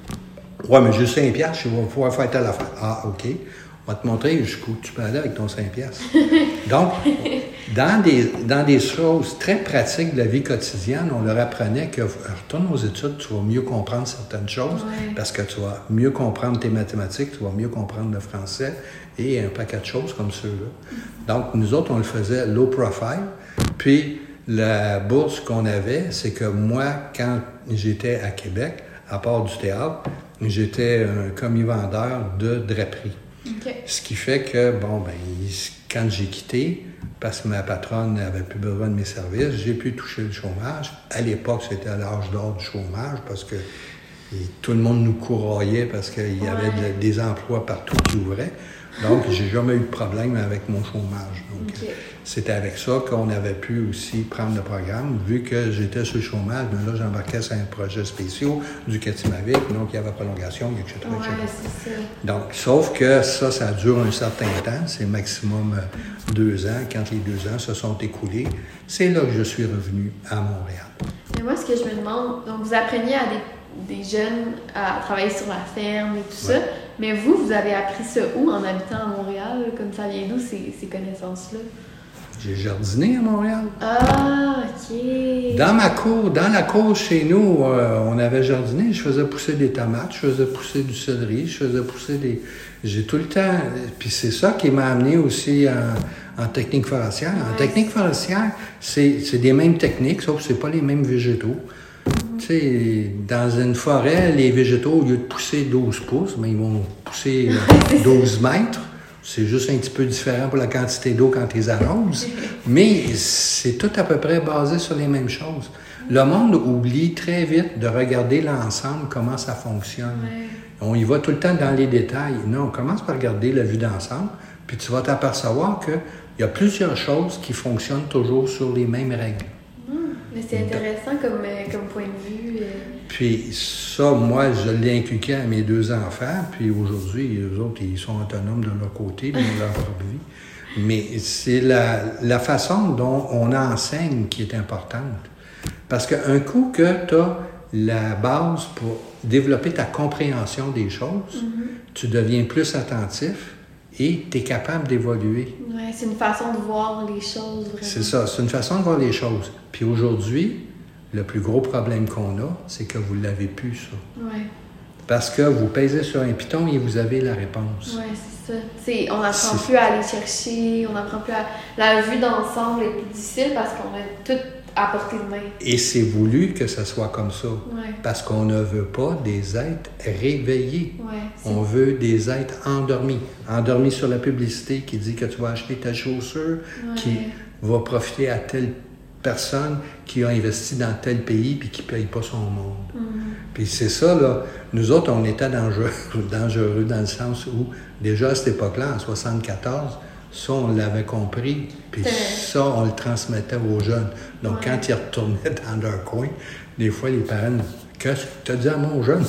S2: je... ouais, mais j'ai cinq piastres, je vais pouvoir faire telle affaire. Ah, OK. On va te montrer jusqu'où tu peux aller avec ton cinq piastres. Donc, dans des, dans des choses très pratiques de la vie quotidienne, on leur apprenait que retourne aux études, tu vas mieux comprendre certaines choses
S1: Ouais.
S2: parce que tu vas mieux comprendre tes mathématiques, tu vas mieux comprendre le français et un paquet de choses comme ceux-là. Donc, nous autres, on le faisait low profile. Puis, la bourse qu'on avait, c'est que moi, quand j'étais à Québec, à part du théâtre, j'étais un commis-vendeur de draperie.
S1: OK.
S2: Ce qui fait que, bon, ben, quand j'ai quitté, parce que ma patronne n'avait plus besoin de mes services, j'ai pu toucher le chômage. À l'époque, c'était à l'âge d'or du chômage parce que et tout le monde nous courroyait parce qu'il y
S1: Ouais.
S2: avait de- des emplois partout qui ouvraient. Donc, j'ai jamais eu de problème avec mon chômage. Donc,
S1: OK.
S2: c'était avec ça qu'on avait pu aussi prendre le programme. Vu que j'étais sur le chômage, ben là, j'embarquais sur un projet spécial du Katimavik, donc il y avait prolongation, et cetera, et cetera.
S1: Ouais, c'est ça.
S2: Donc, sauf que ça, ça dure un certain temps, c'est maximum euh, deux ans. Quand les deux ans se sont écoulés, c'est là que je suis revenu à Montréal.
S1: Mais moi, ce que je me demande, donc vous appreniez à des, des jeunes à travailler sur la ferme et tout
S2: Ouais.
S1: ça, mais vous, vous avez appris ça où en habitant à Montréal? Comme ça vient d'où ces, ces connaissances-là?
S2: J'ai jardiné à Montréal.
S1: Ah, OK.
S2: Dans ma cour, dans la cour chez nous, euh, on avait jardiné. Je faisais pousser des tomates, je faisais pousser du céleri, je faisais pousser des... J'ai tout le temps... Puis c'est ça qui m'a amené aussi en, en technique forestière. En
S1: Ouais.
S2: technique forestière, c'est c'est des mêmes techniques, sauf que c'est pas les mêmes végétaux. Tu sais, dans une forêt, les végétaux, au lieu de pousser douze pouces, mais ils vont pousser euh, douze mètres. C'est juste un petit peu différent pour la quantité d'eau quand ils arrosent. Mais c'est tout à peu près basé sur les mêmes choses. Le monde oublie très vite de regarder l'ensemble, comment ça fonctionne.
S1: Ouais.
S2: On y va tout le temps dans les détails. Non, on commence par regarder la vue d'ensemble, puis tu vas t'apercevoir qu'il y a plusieurs choses qui fonctionnent toujours sur les mêmes règles.
S1: Mais c'est intéressant comme, euh, comme point de vue. euh.
S2: Puis ça, moi, je l'ai inculqué à mes deux enfants, puis aujourd'hui, eux autres, ils sont autonomes de leur côté, de leur propre vie. Mais c'est la, la façon dont on enseigne qui est importante. Parce qu'un coup que tu as la base pour développer ta compréhension des choses,
S1: Mm-hmm.
S2: tu deviens plus attentif et tu es capable d'évoluer.
S1: Ouais, c'est une façon de voir les choses vraiment.
S2: C'est ça, c'est une façon de voir les choses. Puis aujourd'hui, le plus gros problème qu'on a, c'est que vous ne l'avez plus, ça.
S1: Ouais,
S2: Parce que vous pèsez sur un piton et vous avez la réponse.
S1: ouais, c'est ça. C'est, on n'apprend
S2: C'est-
S1: plus à aller chercher, on n'apprend plus à... La vue d'ensemble est plus difficile parce qu'on a tout à portée de main.
S2: Et c'est voulu que ça soit comme ça.
S1: Ouais,
S2: Parce qu'on ne veut pas des êtres réveillés.
S1: ouais. c'est-
S2: On veut des êtres endormis. Endormis sur la publicité qui dit que tu vas acheter ta chaussure,
S1: Ouais.
S2: qui va profiter à telle personne qui a investi dans tel pays puis qui ne paye pas son monde.
S1: Mhm.
S2: Puis c'est ça, là. Nous autres, on était dangereux, dangereux dans le sens où, déjà à cette époque-là, en soixante-quatorze, ça, on l'avait compris. Puis
S1: C'est-
S2: ça, on le transmettait aux jeunes. Donc,
S1: Ouais.
S2: quand ils retournaient dans leur coin, des fois, les parents, qu'est-ce que tu as dit à mon jeune?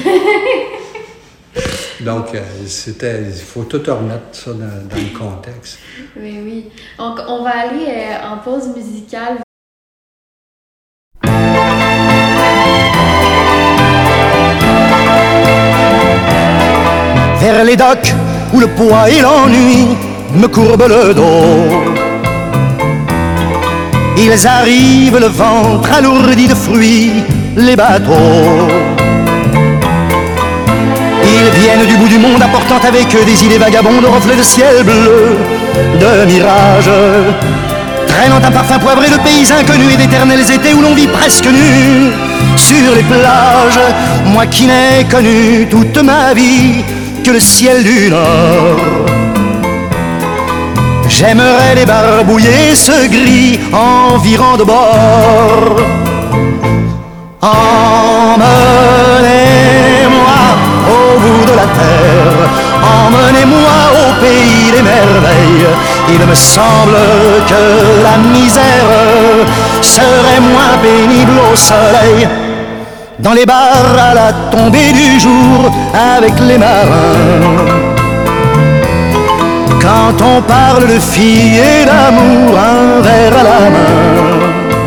S2: Donc, euh, c'était, il faut tout remettre ça dans, dans le contexte.
S1: Oui, oui. Donc, on va aller euh, en pause musicale.
S6: Vers les docks où le poids et l'ennui me courbent le dos. Ils arrivent le ventre alourdi de fruits, les bateaux. Ils viennent du bout du monde apportant avec eux des idées vagabondes, reflets de ciel bleu, de mirages, traînant un parfum poivré de pays inconnus et d'éternels étés où l'on vit presque nu sur les plages. Moi qui n'ai connu toute ma vie que le ciel du Nord, J'aimerais les barbouiller ce gris environ de bord. Emmenez-moi au bout de la terre, emmenez-moi au pays des merveilles. Il me semble que la misère serait moins pénible au soleil. Dans les bars à la tombée du jour avec les marins, quand on parle de filles et d'amour, un verre à la main.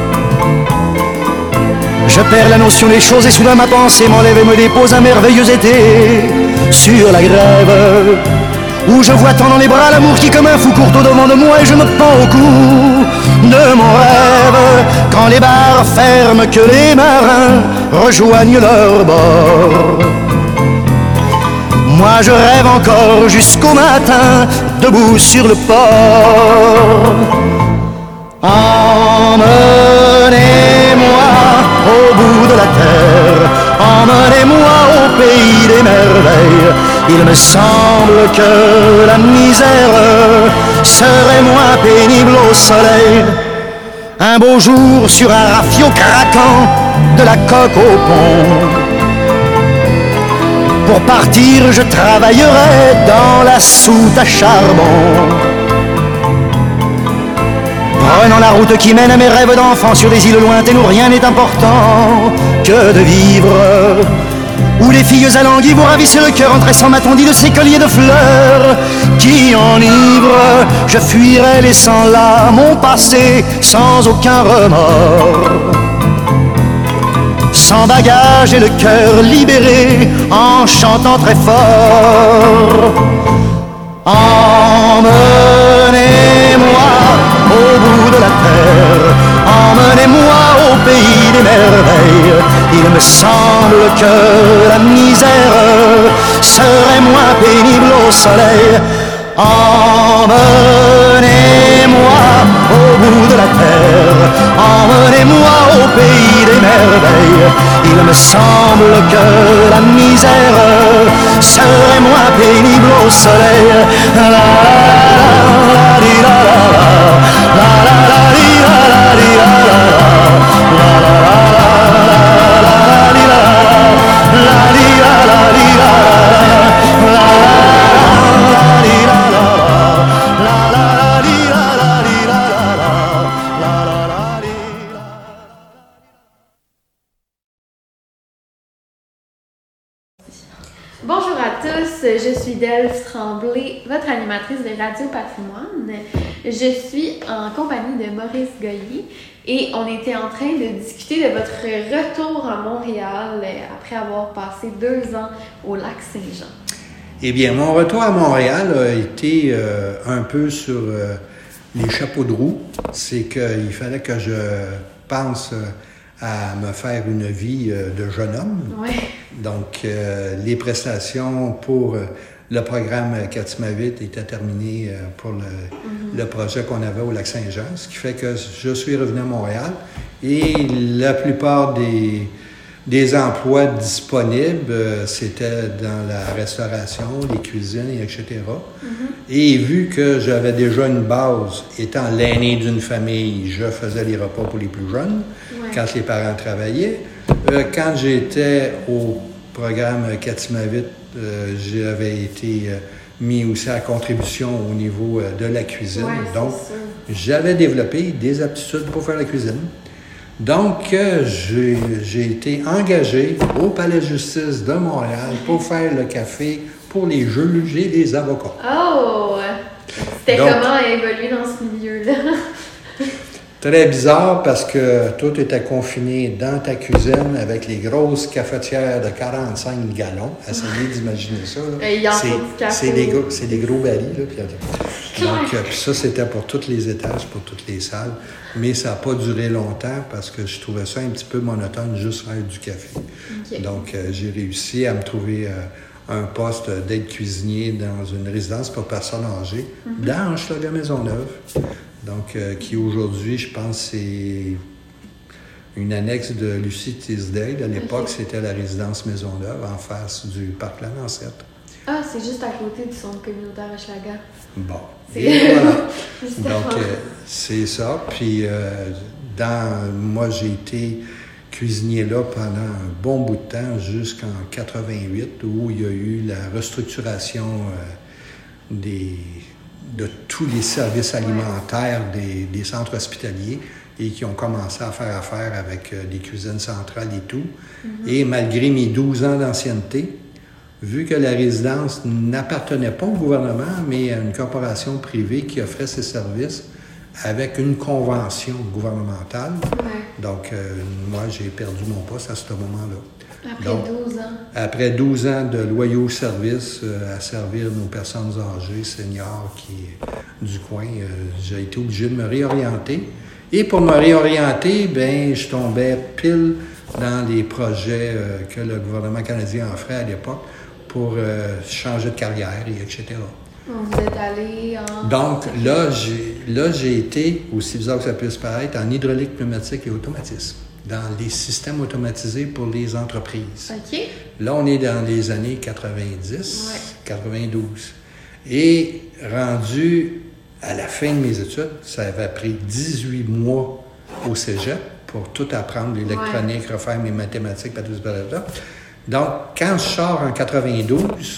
S6: Je perds la notion des choses et soudain ma pensée m'enlève et me dépose un merveilleux été sur la grève, où je vois tant dans les bras l'amour qui comme un fou court au devant de moi et je me pends au cou de mon rêve. Quand les bars ferment, que les marins rejoignent leur bord, moi je rêve encore jusqu'au matin, debout sur le port. Emmenez-moi au bout de la terre, emmenez-moi au pays des merveilles. Il me semble que la misère serait moins pénible au soleil. Un beau jour sur un rafio craquant, de la coque au pont. Pour partir, je travaillerai dans la soute à charbon. Prenant la route qui mène à mes rêves d'enfant sur des îles lointaines où rien n'est important que de vivre, où les filles alanguies vous ravissent le cœur en tressant ma tondie de ces colliers de fleurs qui enivrent. Je fuirai laissant là mon passé sans aucun remords, sans bagage et le cœur libéré en chantant très fort. Emmenez-moi au bout de la terre, emmenez-moi au pays des merveilles. Il me semble que la misère serait moins pénible au soleil. Emmenez-moi au bout de la terre, emmenez-moi au pays des merveilles. Il me semble que la misère serait moins pénible au soleil. La la la di la la la la la di la la di la la la la la di la la di la la di la
S1: Bonjour à tous, je suis Delphes Tremblay, votre animatrice de Radio Patrimoine. Je suis en compagnie de Maurice Goyer et on était en train de discuter de votre retour à Montréal après avoir passé deux ans au Lac-Saint-Jean.
S2: Eh bien, mon retour à Montréal a été euh, un peu sur euh, les chapeaux de roue. C'est qu'il fallait que je pense euh, à me faire une vie euh, de jeune homme.
S1: Ouais.
S2: Donc, euh, les prestations pour euh, le programme Katimavit étaient terminées euh, pour le, mm-hmm. le projet qu'on avait au Lac-Saint-Jean, ce qui fait que je suis revenu à Montréal et la plupart des, des emplois disponibles, euh, c'était dans la restauration, les cuisines, et cetera. Mm-hmm. Et vu que j'avais déjà une base, étant l'aîné d'une famille, je faisais les repas pour les plus jeunes, ouais. quand les parents travaillaient. Euh, quand j'étais au programme Katimavit, euh, j'avais été euh, mis aussi à contribution au niveau euh, de la cuisine.
S1: Ouais,
S2: donc, j'avais développé des aptitudes pour faire la cuisine. Donc, euh, j'ai, j'ai été engagé au Palais de justice de Montréal pour faire le café pour les juges et les avocats.
S1: Oh! C'était
S2: donc,
S1: comment évoluer dans ce milieu-là?
S2: Très bizarre parce que tout était confiné dans ta cuisine avec les grosses cafetières de quarante-cinq gallons. Essayez d'imaginer ça.
S1: Il
S2: c'est, c'est, des gros, c'est des gros barils. Là, puis, donc, euh, puis ça, c'était pour tous les étages, pour toutes les salles. Mais ça n'a pas duré longtemps parce que je trouvais ça un petit peu monotone, juste faire du café. Okay. Donc, euh, j'ai réussi à me trouver euh, un poste d'aide cuisinier dans une résidence pour personnes âgées, mm-hmm. dans Hochelaga-Maisonneuve. Donc, euh, qui aujourd'hui, je pense, c'est une annexe de Lucie Tisdale. À l'époque, okay. c'était la résidence Maisonneuve, en face du parc La Lancette.
S1: Ah, c'est juste à côté du centre communautaire Hochelaga.
S2: Bon.
S1: C'est...
S2: Et voilà.
S1: Juste
S2: Donc,
S1: avant.
S2: euh, c'est ça. Puis, euh, dans, moi, j'ai été cuisinier là pendant un bon bout de temps, jusqu'en quatre-vingt-huit, où il y a eu la restructuration euh, des, de tous les services alimentaires des, des centres hospitaliers et qui ont commencé à faire affaire avec euh, des cuisines centrales et tout. Mm-hmm. Et malgré mes douze ans d'ancienneté, vu que la résidence n'appartenait pas au gouvernement, mais à une corporation privée qui offrait ses services avec une convention gouvernementale.
S1: Ouais.
S2: Donc, euh, moi, j'ai perdu mon poste à ce moment-là.
S1: Après
S2: Donc,
S1: douze ans.
S2: Après douze ans de loyaux services euh, à servir nos personnes âgées, seniors qui, du coin, euh, j'ai été obligé de me réorienter. Et pour me réorienter, ben, je tombais pile dans les projets euh, que le gouvernement canadien offrait à l'époque pour euh, changer de carrière, et etc.
S1: Vous êtes allé en...
S2: Donc, là, j'ai, là, j'ai été, aussi bizarre que ça puisse paraître, en hydraulique, pneumatique et automatisme, dans les systèmes automatisés pour les entreprises.
S1: OK.
S2: Là, on est dans les années quatre-vingt-dix,
S1: Ouais.
S2: quatre-vingt-douze. Et rendu à la fin de mes études, ça avait pris dix-huit mois au cégep pour tout apprendre, l'électronique, ouais. refaire mes mathématiques, tout ça. Donc, quand je sors en quatre-vingt-douze,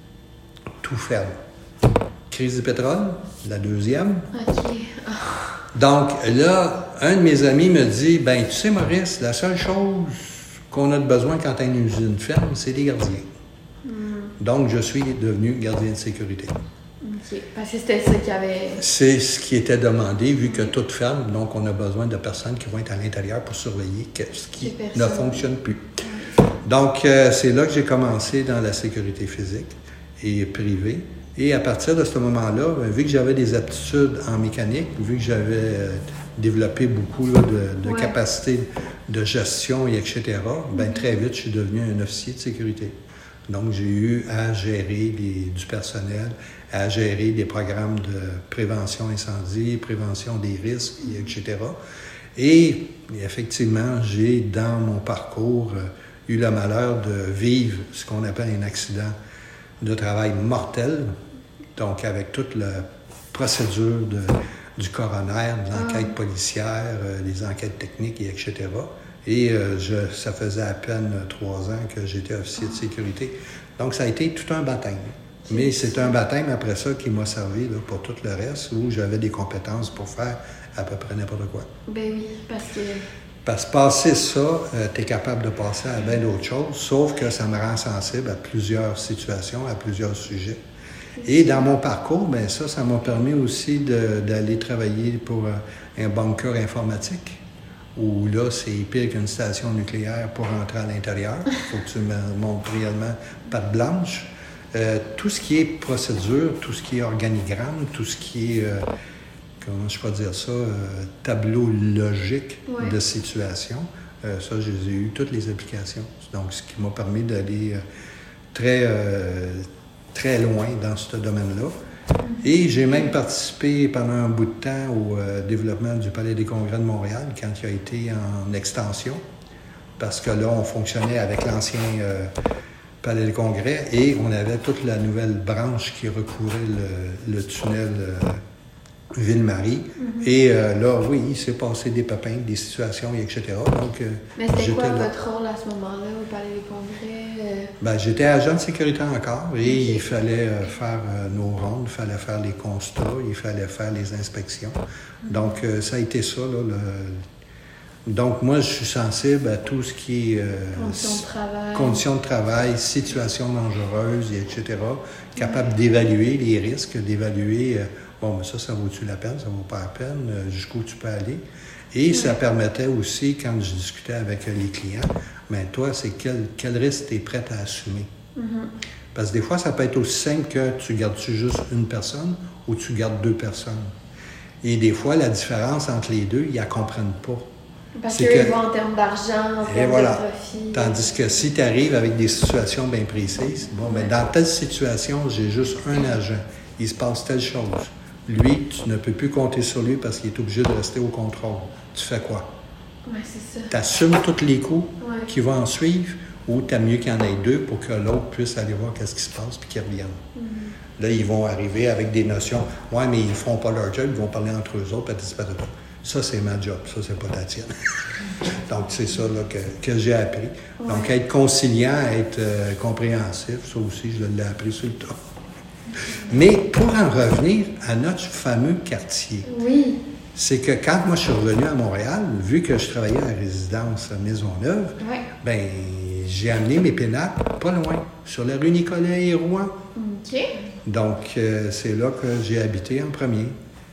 S2: tout ferme. Crise du pétrole, la deuxième.
S1: OK. Oh.
S2: Donc, là, un de mes amis me dit, ben, tu sais, Maurice, la seule chose qu'on a de besoin quand une usine ferme, c'est des gardiens. Mm. Donc, je suis devenu gardien de sécurité.
S1: OK. Parce que c'était ça qu'il y avait...
S2: C'est ce qui était demandé, vu que tout ferme. Donc, on a besoin de personnes qui vont être à l'intérieur pour surveiller ce qui ne fonctionne plus. Ouais. Donc, euh, c'est là que j'ai commencé dans la sécurité physique et privée. Et à partir de ce moment-là, vu que j'avais des aptitudes en mécanique, vu que j'avais euh, développé beaucoup là, de, de ouais. capacités de gestion, et etc., ben, très vite, je suis devenu un officier de sécurité. Donc, j'ai eu à gérer les, du personnel, à gérer des programmes de prévention incendie, prévention des risques, et cetera. Et effectivement, j'ai, dans mon parcours, euh, eu le malheur de vivre ce qu'on appelle un accident de travail mortel, donc avec toute la procédure de, du coroner, de l'enquête ah. policière, euh, les enquêtes techniques, et etc. Et euh, je, ça faisait à peine trois ans que j'étais officier de sécurité. Donc, ça a été tout un baptême. Mais c'est un baptême après ça qui m'a servi là, pour tout le reste, où j'avais des compétences pour faire à peu près n'importe quoi.
S1: Ben oui, parce que...
S2: Parce que passer ça, euh, tu es capable de passer à bien d'autres choses, sauf que ça me rend sensible à plusieurs situations, à plusieurs sujets. Et dans mon parcours, bien ça, ça m'a permis aussi de, d'aller travailler pour euh, un bunker informatique, où là, c'est pire qu'une station nucléaire pour rentrer à l'intérieur. Il faut que tu me montres réellement patte blanche. Euh, tout ce qui est procédure, tout ce qui est organigramme, tout ce qui est... Euh, comment je peux dire ça, euh, tableau logique ouais. de situation. Euh, ça, j'ai eu toutes les applications. Donc, ce qui m'a permis d'aller euh, très, euh, très loin dans ce domaine-là. Mm-hmm. Et j'ai même participé pendant un bout de temps au euh, développement du Palais des Congrès de Montréal quand il a été en extension. Parce que là, on fonctionnait avec l'ancien euh, Palais des Congrès et on avait toute la nouvelle branche qui recouvrait le, le tunnel euh, Ville-Marie. Mm-hmm. Et euh, là, oui, il s'est passé des pépins, des situations, et cetera. Donc, euh,
S1: mais c'était quoi là. Votre rôle à ce moment-là au Palais des Congrès? Euh...
S2: Ben, j'étais agent de sécurité encore et okay. il fallait euh, faire euh, nos rondes, il fallait faire les constats, il fallait faire les inspections. Mm-hmm. Donc, euh, ça a été ça, là, le... Donc, moi, je suis sensible à tout ce qui est... Euh,
S1: conditions de travail.
S2: Conditions de travail, situations dangereuses, et cetera. Capable mm-hmm. d'évaluer les risques, d'évaluer... Euh, bon, mais ça, ça vaut-tu la peine, ça vaut pas la peine, euh, jusqu'où tu peux aller. Et oui. ça permettait aussi, quand je discutais avec les clients, bien, toi, c'est quel, quel risque tu es prête à assumer. Mm-hmm. Parce que des fois, ça peut être aussi simple que tu gardes-tu juste une personne ou tu gardes deux personnes. Et des fois, la différence entre les deux, ils ne la comprennent pas.
S1: Parce qu'eux, ils vont en termes d'argent, en termes
S2: voilà.
S1: de profit.
S2: Tandis que si tu arrives avec des situations bien précises, bon, mais ouais. dans telle situation, j'ai juste un agent. Il se passe telle chose. Lui, tu ne peux plus compter sur lui parce qu'il est obligé de rester au contrôle. Tu fais quoi?
S1: Oui, c'est ça.
S2: Tu assumes tous les coûts
S1: ouais.
S2: qui vont en suivre ou t'aimes mieux qu'il y en ait deux pour que l'autre puisse aller voir qu'est-ce qui se passe puis qu'il revienne. Mm-hmm. Là, ils vont arriver avec des notions. Ouais, mais ils ne feront pas leur job, ils vont parler entre eux autres, patati patata. Ça, c'est ma job, ça, c'est pas la tienne. Donc, c'est ça là, que, que j'ai appris. Ouais. Donc, être conciliant, être euh, compréhensif, ça aussi, je l'ai appris sur le tas. Mais pour en revenir à notre fameux quartier,
S1: oui.
S2: c'est que quand moi je suis revenu à Montréal, vu que je travaillais à la résidence Maisonneuve,
S1: ouais.
S2: ben j'ai amené mes pénacles pas loin, sur la rue Nicolas et Rouen.
S1: OK.
S2: Donc, euh, c'est là que j'ai habité en premier.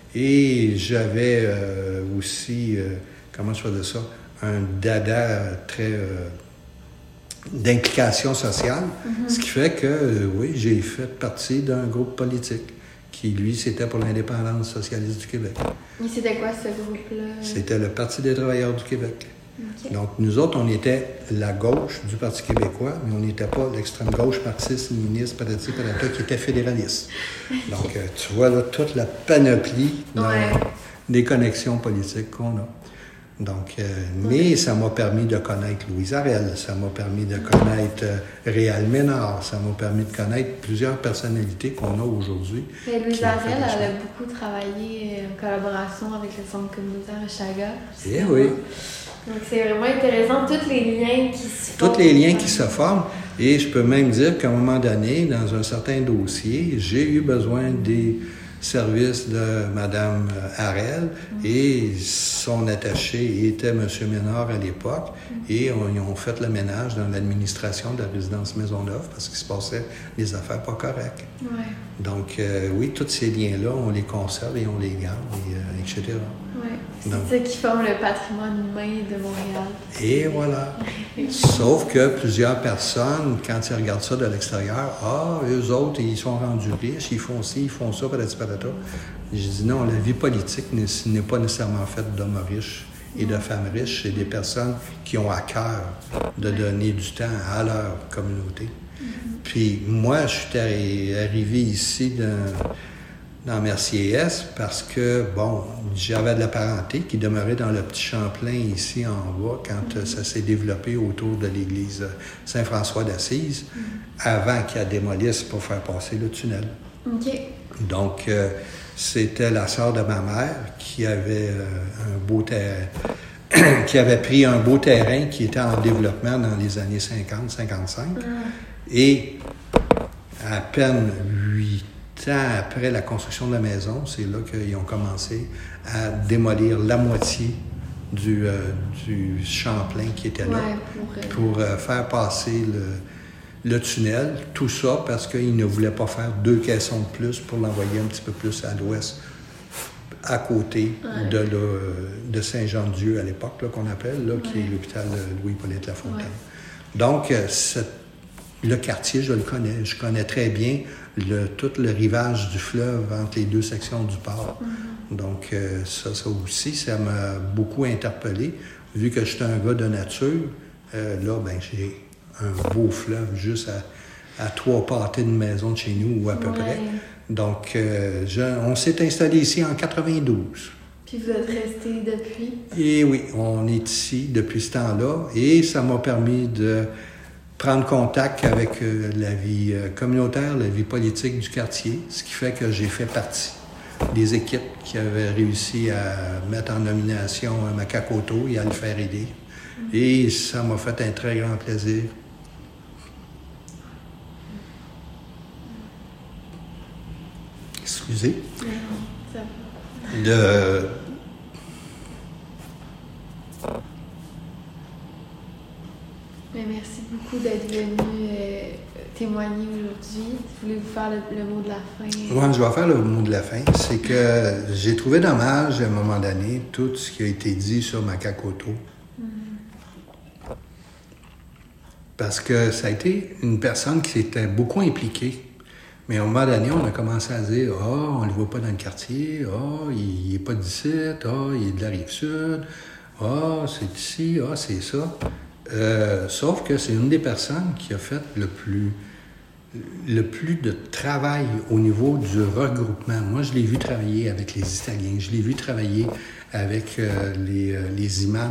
S2: Et j'avais euh, aussi, euh, comment je faisais ça, un dada très euh, d'implication sociale, mm-hmm. ce qui fait que, euh, oui, j'ai fait partie d'un groupe politique qui, lui, c'était pour l'indépendance socialiste du Québec.
S1: Et c'était quoi ce groupe-là?
S2: C'était le Parti des travailleurs du Québec.
S1: Okay.
S2: Donc, nous autres, on était la gauche du Parti québécois, mais on n'était pas l'extrême gauche marxiste, léniniste, patati patata, qui était fédéraliste. Donc, euh, tu vois là toute la panoplie dans
S1: ouais.
S2: des connexions politiques qu'on a. Donc, euh, mais ça m'a permis de connaître Louise Arel, ça m'a permis de connaître euh, Réal Ménard, ça m'a permis de connaître plusieurs personnalités qu'on a aujourd'hui.
S1: Et Louise Arel, elle a beaucoup travaillé en collaboration avec le Centre communautaire Hochelaga.
S2: Eh oui.
S1: Donc, c'est vraiment intéressant, tous les liens qui se forment.
S2: Tous les liens qui se forment. Et je peux même dire qu'à un moment donné, dans un certain dossier, j'ai eu besoin des services de Mme Harel mm-hmm. et son attaché était M. Ménard à l'époque. Mm-hmm. Et on, ils ont fait le ménage dans l'administration de la résidence Maisonneuve parce qu'il se passait des affaires pas correctes.
S1: Ouais.
S2: Donc, euh, oui, tous ces liens-là, on les conserve et on les garde, et, euh, et cetera.
S1: Oui, c'est Donc, ça qui forme le patrimoine humain de Montréal.
S2: Et voilà. Sauf que plusieurs personnes, quand ils regardent ça de l'extérieur, ah, eux autres, ils sont rendus riches, ils font ci, ils font ça, patati patata. Je dis non, la vie politique n'est pas nécessairement faite d'hommes riches et de femmes riches. C'est des personnes qui ont à cœur de donner du temps à leur communauté. Mm-hmm. Puis moi, je suis arrivé ici dans, dans Mercier-Est parce que, bon, j'avais de la parenté qui demeurait dans le petit Champlain ici en bas quand mm-hmm. ça s'est développé autour de l'église Saint-François d'Assise mm-hmm. avant qu'il démolisse pour faire passer le tunnel.
S1: OK.
S2: Donc, euh, c'était la sœur de ma mère qui avait euh, un beau terrain, qui avait pris un beau terrain qui était en développement dans les années cinquante cinquante-cinq. Mm. Et à peine huit ans après la construction de la maison, c'est là qu'ils ont commencé à démolir la moitié du, euh, du Champlain qui était là
S1: ouais, pour,
S2: pour euh, faire passer le, le tunnel. Tout ça parce qu'ils ne voulaient pas faire deux caissons de plus pour l'envoyer un petit peu plus à l'ouest, à côté ouais. de, le, de Saint-Jean-de-Dieu à l'époque, là, qu'on appelle, là, ouais. qui est l'hôpital Louis-Hippolyte Lafontaine. Ouais. Donc, euh, cette Le quartier, je le connais. Je connais très bien le, tout le rivage du fleuve entre les deux sections du port. Mm-hmm. Donc, euh, ça, ça aussi, ça m'a beaucoup interpellé. Vu que je suis un gars de nature, euh, là, ben j'ai un beau fleuve juste à, à trois pâtés de maison de chez nous, ou à peu ouais. près. Donc, euh, je, on s'est installé ici en quatre-vingt-douze.
S1: Puis vous êtes resté depuis?
S2: Et oui, on est ici depuis ce temps-là. Et ça m'a permis de prendre contact avec euh, la vie euh, communautaire, la vie politique du quartier, ce qui fait que j'ai fait partie des équipes qui avaient réussi à mettre en nomination un Makakoto et à le faire aider. Mm-hmm. Et ça m'a fait un très grand plaisir. Excusez.
S1: Mm-hmm. Ça va.
S2: De...
S1: Mais merci beaucoup d'être venu euh, témoigner aujourd'hui. Voulez-vous faire le, le mot de la fin?
S2: Oui, je vais faire le mot de la fin. C'est que j'ai trouvé dommage, à un moment donné, tout ce qui a été dit sur Makakoto. Mm-hmm. Parce que ça a été une personne qui s'était beaucoup impliquée. Mais à un moment donné, on a commencé à dire « Ah, oh, on ne le voit pas dans le quartier. Ah, oh, il n'est pas d'ici. Ah, oh, il est de la Rive-Sud. Ah, oh, c'est ici. Ah, oh, c'est ça. » Euh, sauf que c'est une des personnes qui a fait le plus, le plus de travail au niveau du regroupement. Moi, je l'ai vu travailler avec les Italiens, je l'ai vu travailler avec euh, les, euh, les imams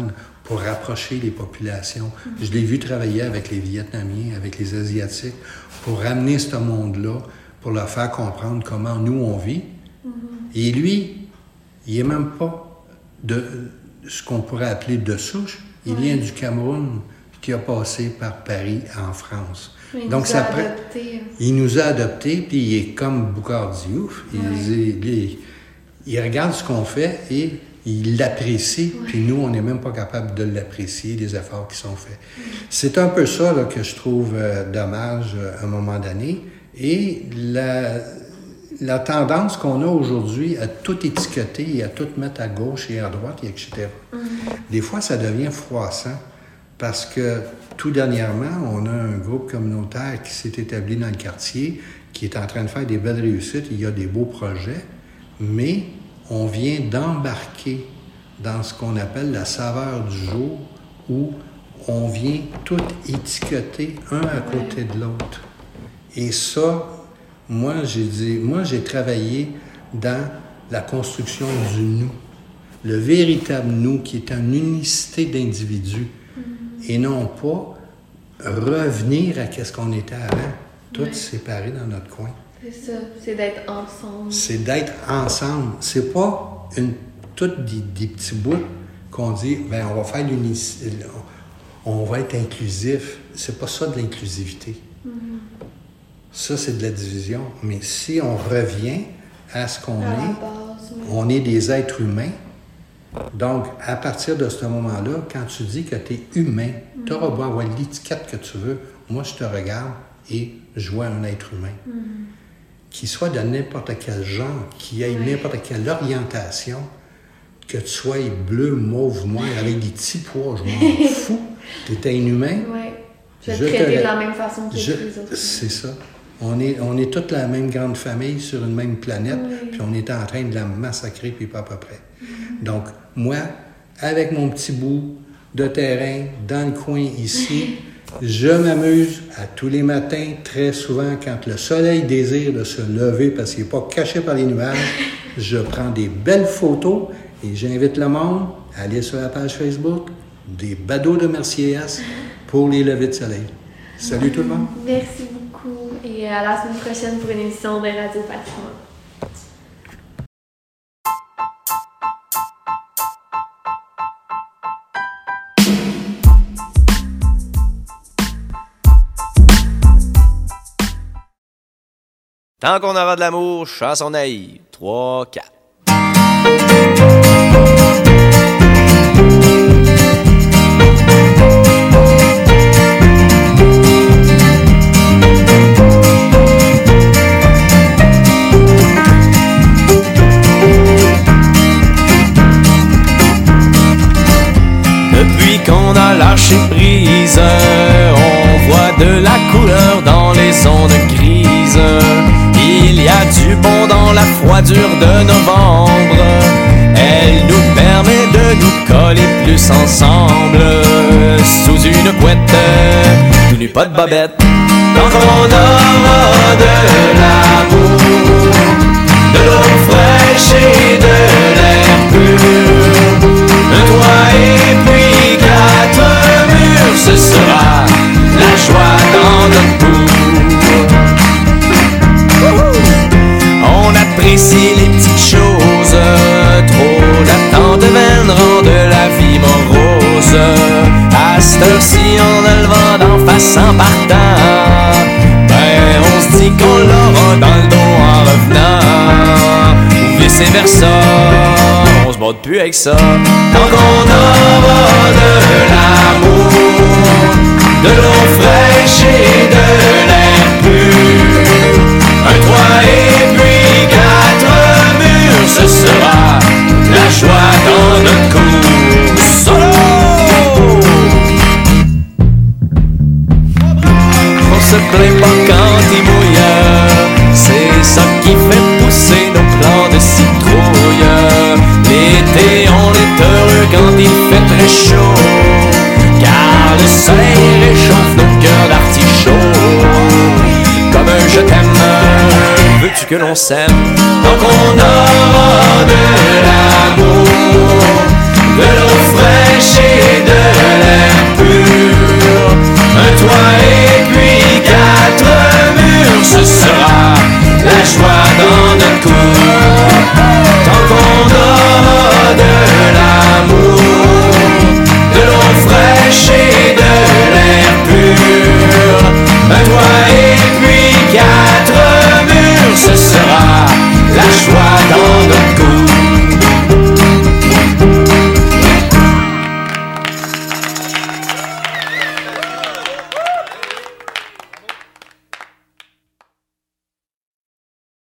S2: pour rapprocher les populations. Mm-hmm. Je l'ai vu travailler avec les Vietnamiens, avec les Asiatiques, pour ramener ce monde-là, pour leur faire comprendre comment nous, on vit. Mm-hmm. Et lui, il n'est même pas de ce qu'on pourrait appeler de souche. Il ouais. vient du Cameroun, qui a passé par Paris en France.
S1: Il
S2: Donc,
S1: nous
S2: ça
S1: a
S2: prend...
S1: adoptés.
S2: Il nous a adoptés, puis il est comme Boucard Diouf. Il,
S1: ouais.
S2: il, il, il regarde ce qu'on fait et il l'apprécie, ouais. puis nous, on n'est même pas capable de l'apprécier, les efforts qui sont faits. Ouais. C'est un peu ça là, que je trouve euh, dommage euh, à un moment donné. Et la, la tendance qu'on a aujourd'hui à tout étiqueter et à tout mettre à gauche et à droite, et et cetera. Mm-hmm. Des fois, ça devient froissant. Parce que tout dernièrement, on a un groupe communautaire qui s'est établi dans le quartier, qui est en train de faire des belles réussites. Il y a des beaux projets, mais on vient d'embarquer dans ce qu'on appelle la saveur du jour, où on vient tout étiqueter un à côté de l'autre. Et ça, moi, j'ai dit, moi, j'ai travaillé dans la construction du nous, le véritable nous, qui est une unicité d'individus. Et non pas revenir à ce qu'on était avant, tous ouais. séparés dans notre coin.
S1: C'est ça, c'est d'être ensemble.
S2: C'est d'être ensemble. C'est pas une, toutes des, des petits bouts qu'on dit, ben on va faire l'unicité, on va être inclusif. C'est pas ça de l'inclusivité. Mm-hmm. Ça, c'est de la division. Mais si on revient à ce qu'on à est, base, oui. on est des êtres humains. Donc, à partir de ce moment-là, quand tu dis que tu es humain, mm-hmm. tu auras beau avoir l'étiquette que tu veux, moi, je te regarde et je vois un être humain. Mm-hmm. Qui soit de n'importe quel genre, qui ait ouais. n'importe quelle orientation, que tu sois bleu, mauve, noir, avec des petits pois, je m'en fous. Tu es un humain.
S1: Oui. Je vais te traiter de la même façon que
S2: je,
S1: les autres.
S2: C'est ça. On est, on est toute la même grande famille sur une même planète, oui. puis on est en train de la massacrer, puis pas à peu près. Mm-hmm. Donc, moi, avec mon petit bout de terrain dans le coin ici, je m'amuse à tous les matins, très souvent, quand le soleil désire de se lever parce qu'il n'est pas caché par les nuages, je prends des belles photos et j'invite le monde à aller sur la page Facebook des badauds de Mercier-S pour les levées de soleil. Salut tout le monde!
S1: Merci beaucoup et à la semaine prochaine pour une émission de Radio Patrimoine.
S8: Tant qu'on aura de l'amour, chanson naïve. trois, quatre.
S3: Depuis qu'on a lâché prise, on voit de la couleur dans les ondes grises. Il y a du bon dans la froidure de novembre. Elle nous permet de nous coller plus ensemble. Sous une couette, tout nu pas de bobette. Tant qu'on aura de l'amour, de l'eau fraîche et de l'air pur, un toit et puis quatre murs, ce sera la joie dans notre cour. On apprécie les petites choses, trop d'attente vaine rend de la vie morose. À cette heure-ci, on a le vent d'en face en partant. Ben, on se dit qu'on l'aura dans le dos en revenant. Ou vice versa, on se bat plus avec ça. Tant qu'on aura de l'amour, de l'eau fraîche et de l'air pur, un toit et puis quatre murs, ce sera la joie dans notre cour. Solo! On se plaint pas quand il mouille, c'est ça qui fait pousser nos plants de citrouille. L'été on est heureux quand il fait très chaud, car le soleil réchauffe nos cœurs d'artichaut. Comme un je t'aime, veux-tu que l'on s'aime? Tant qu'on aura de l'amour,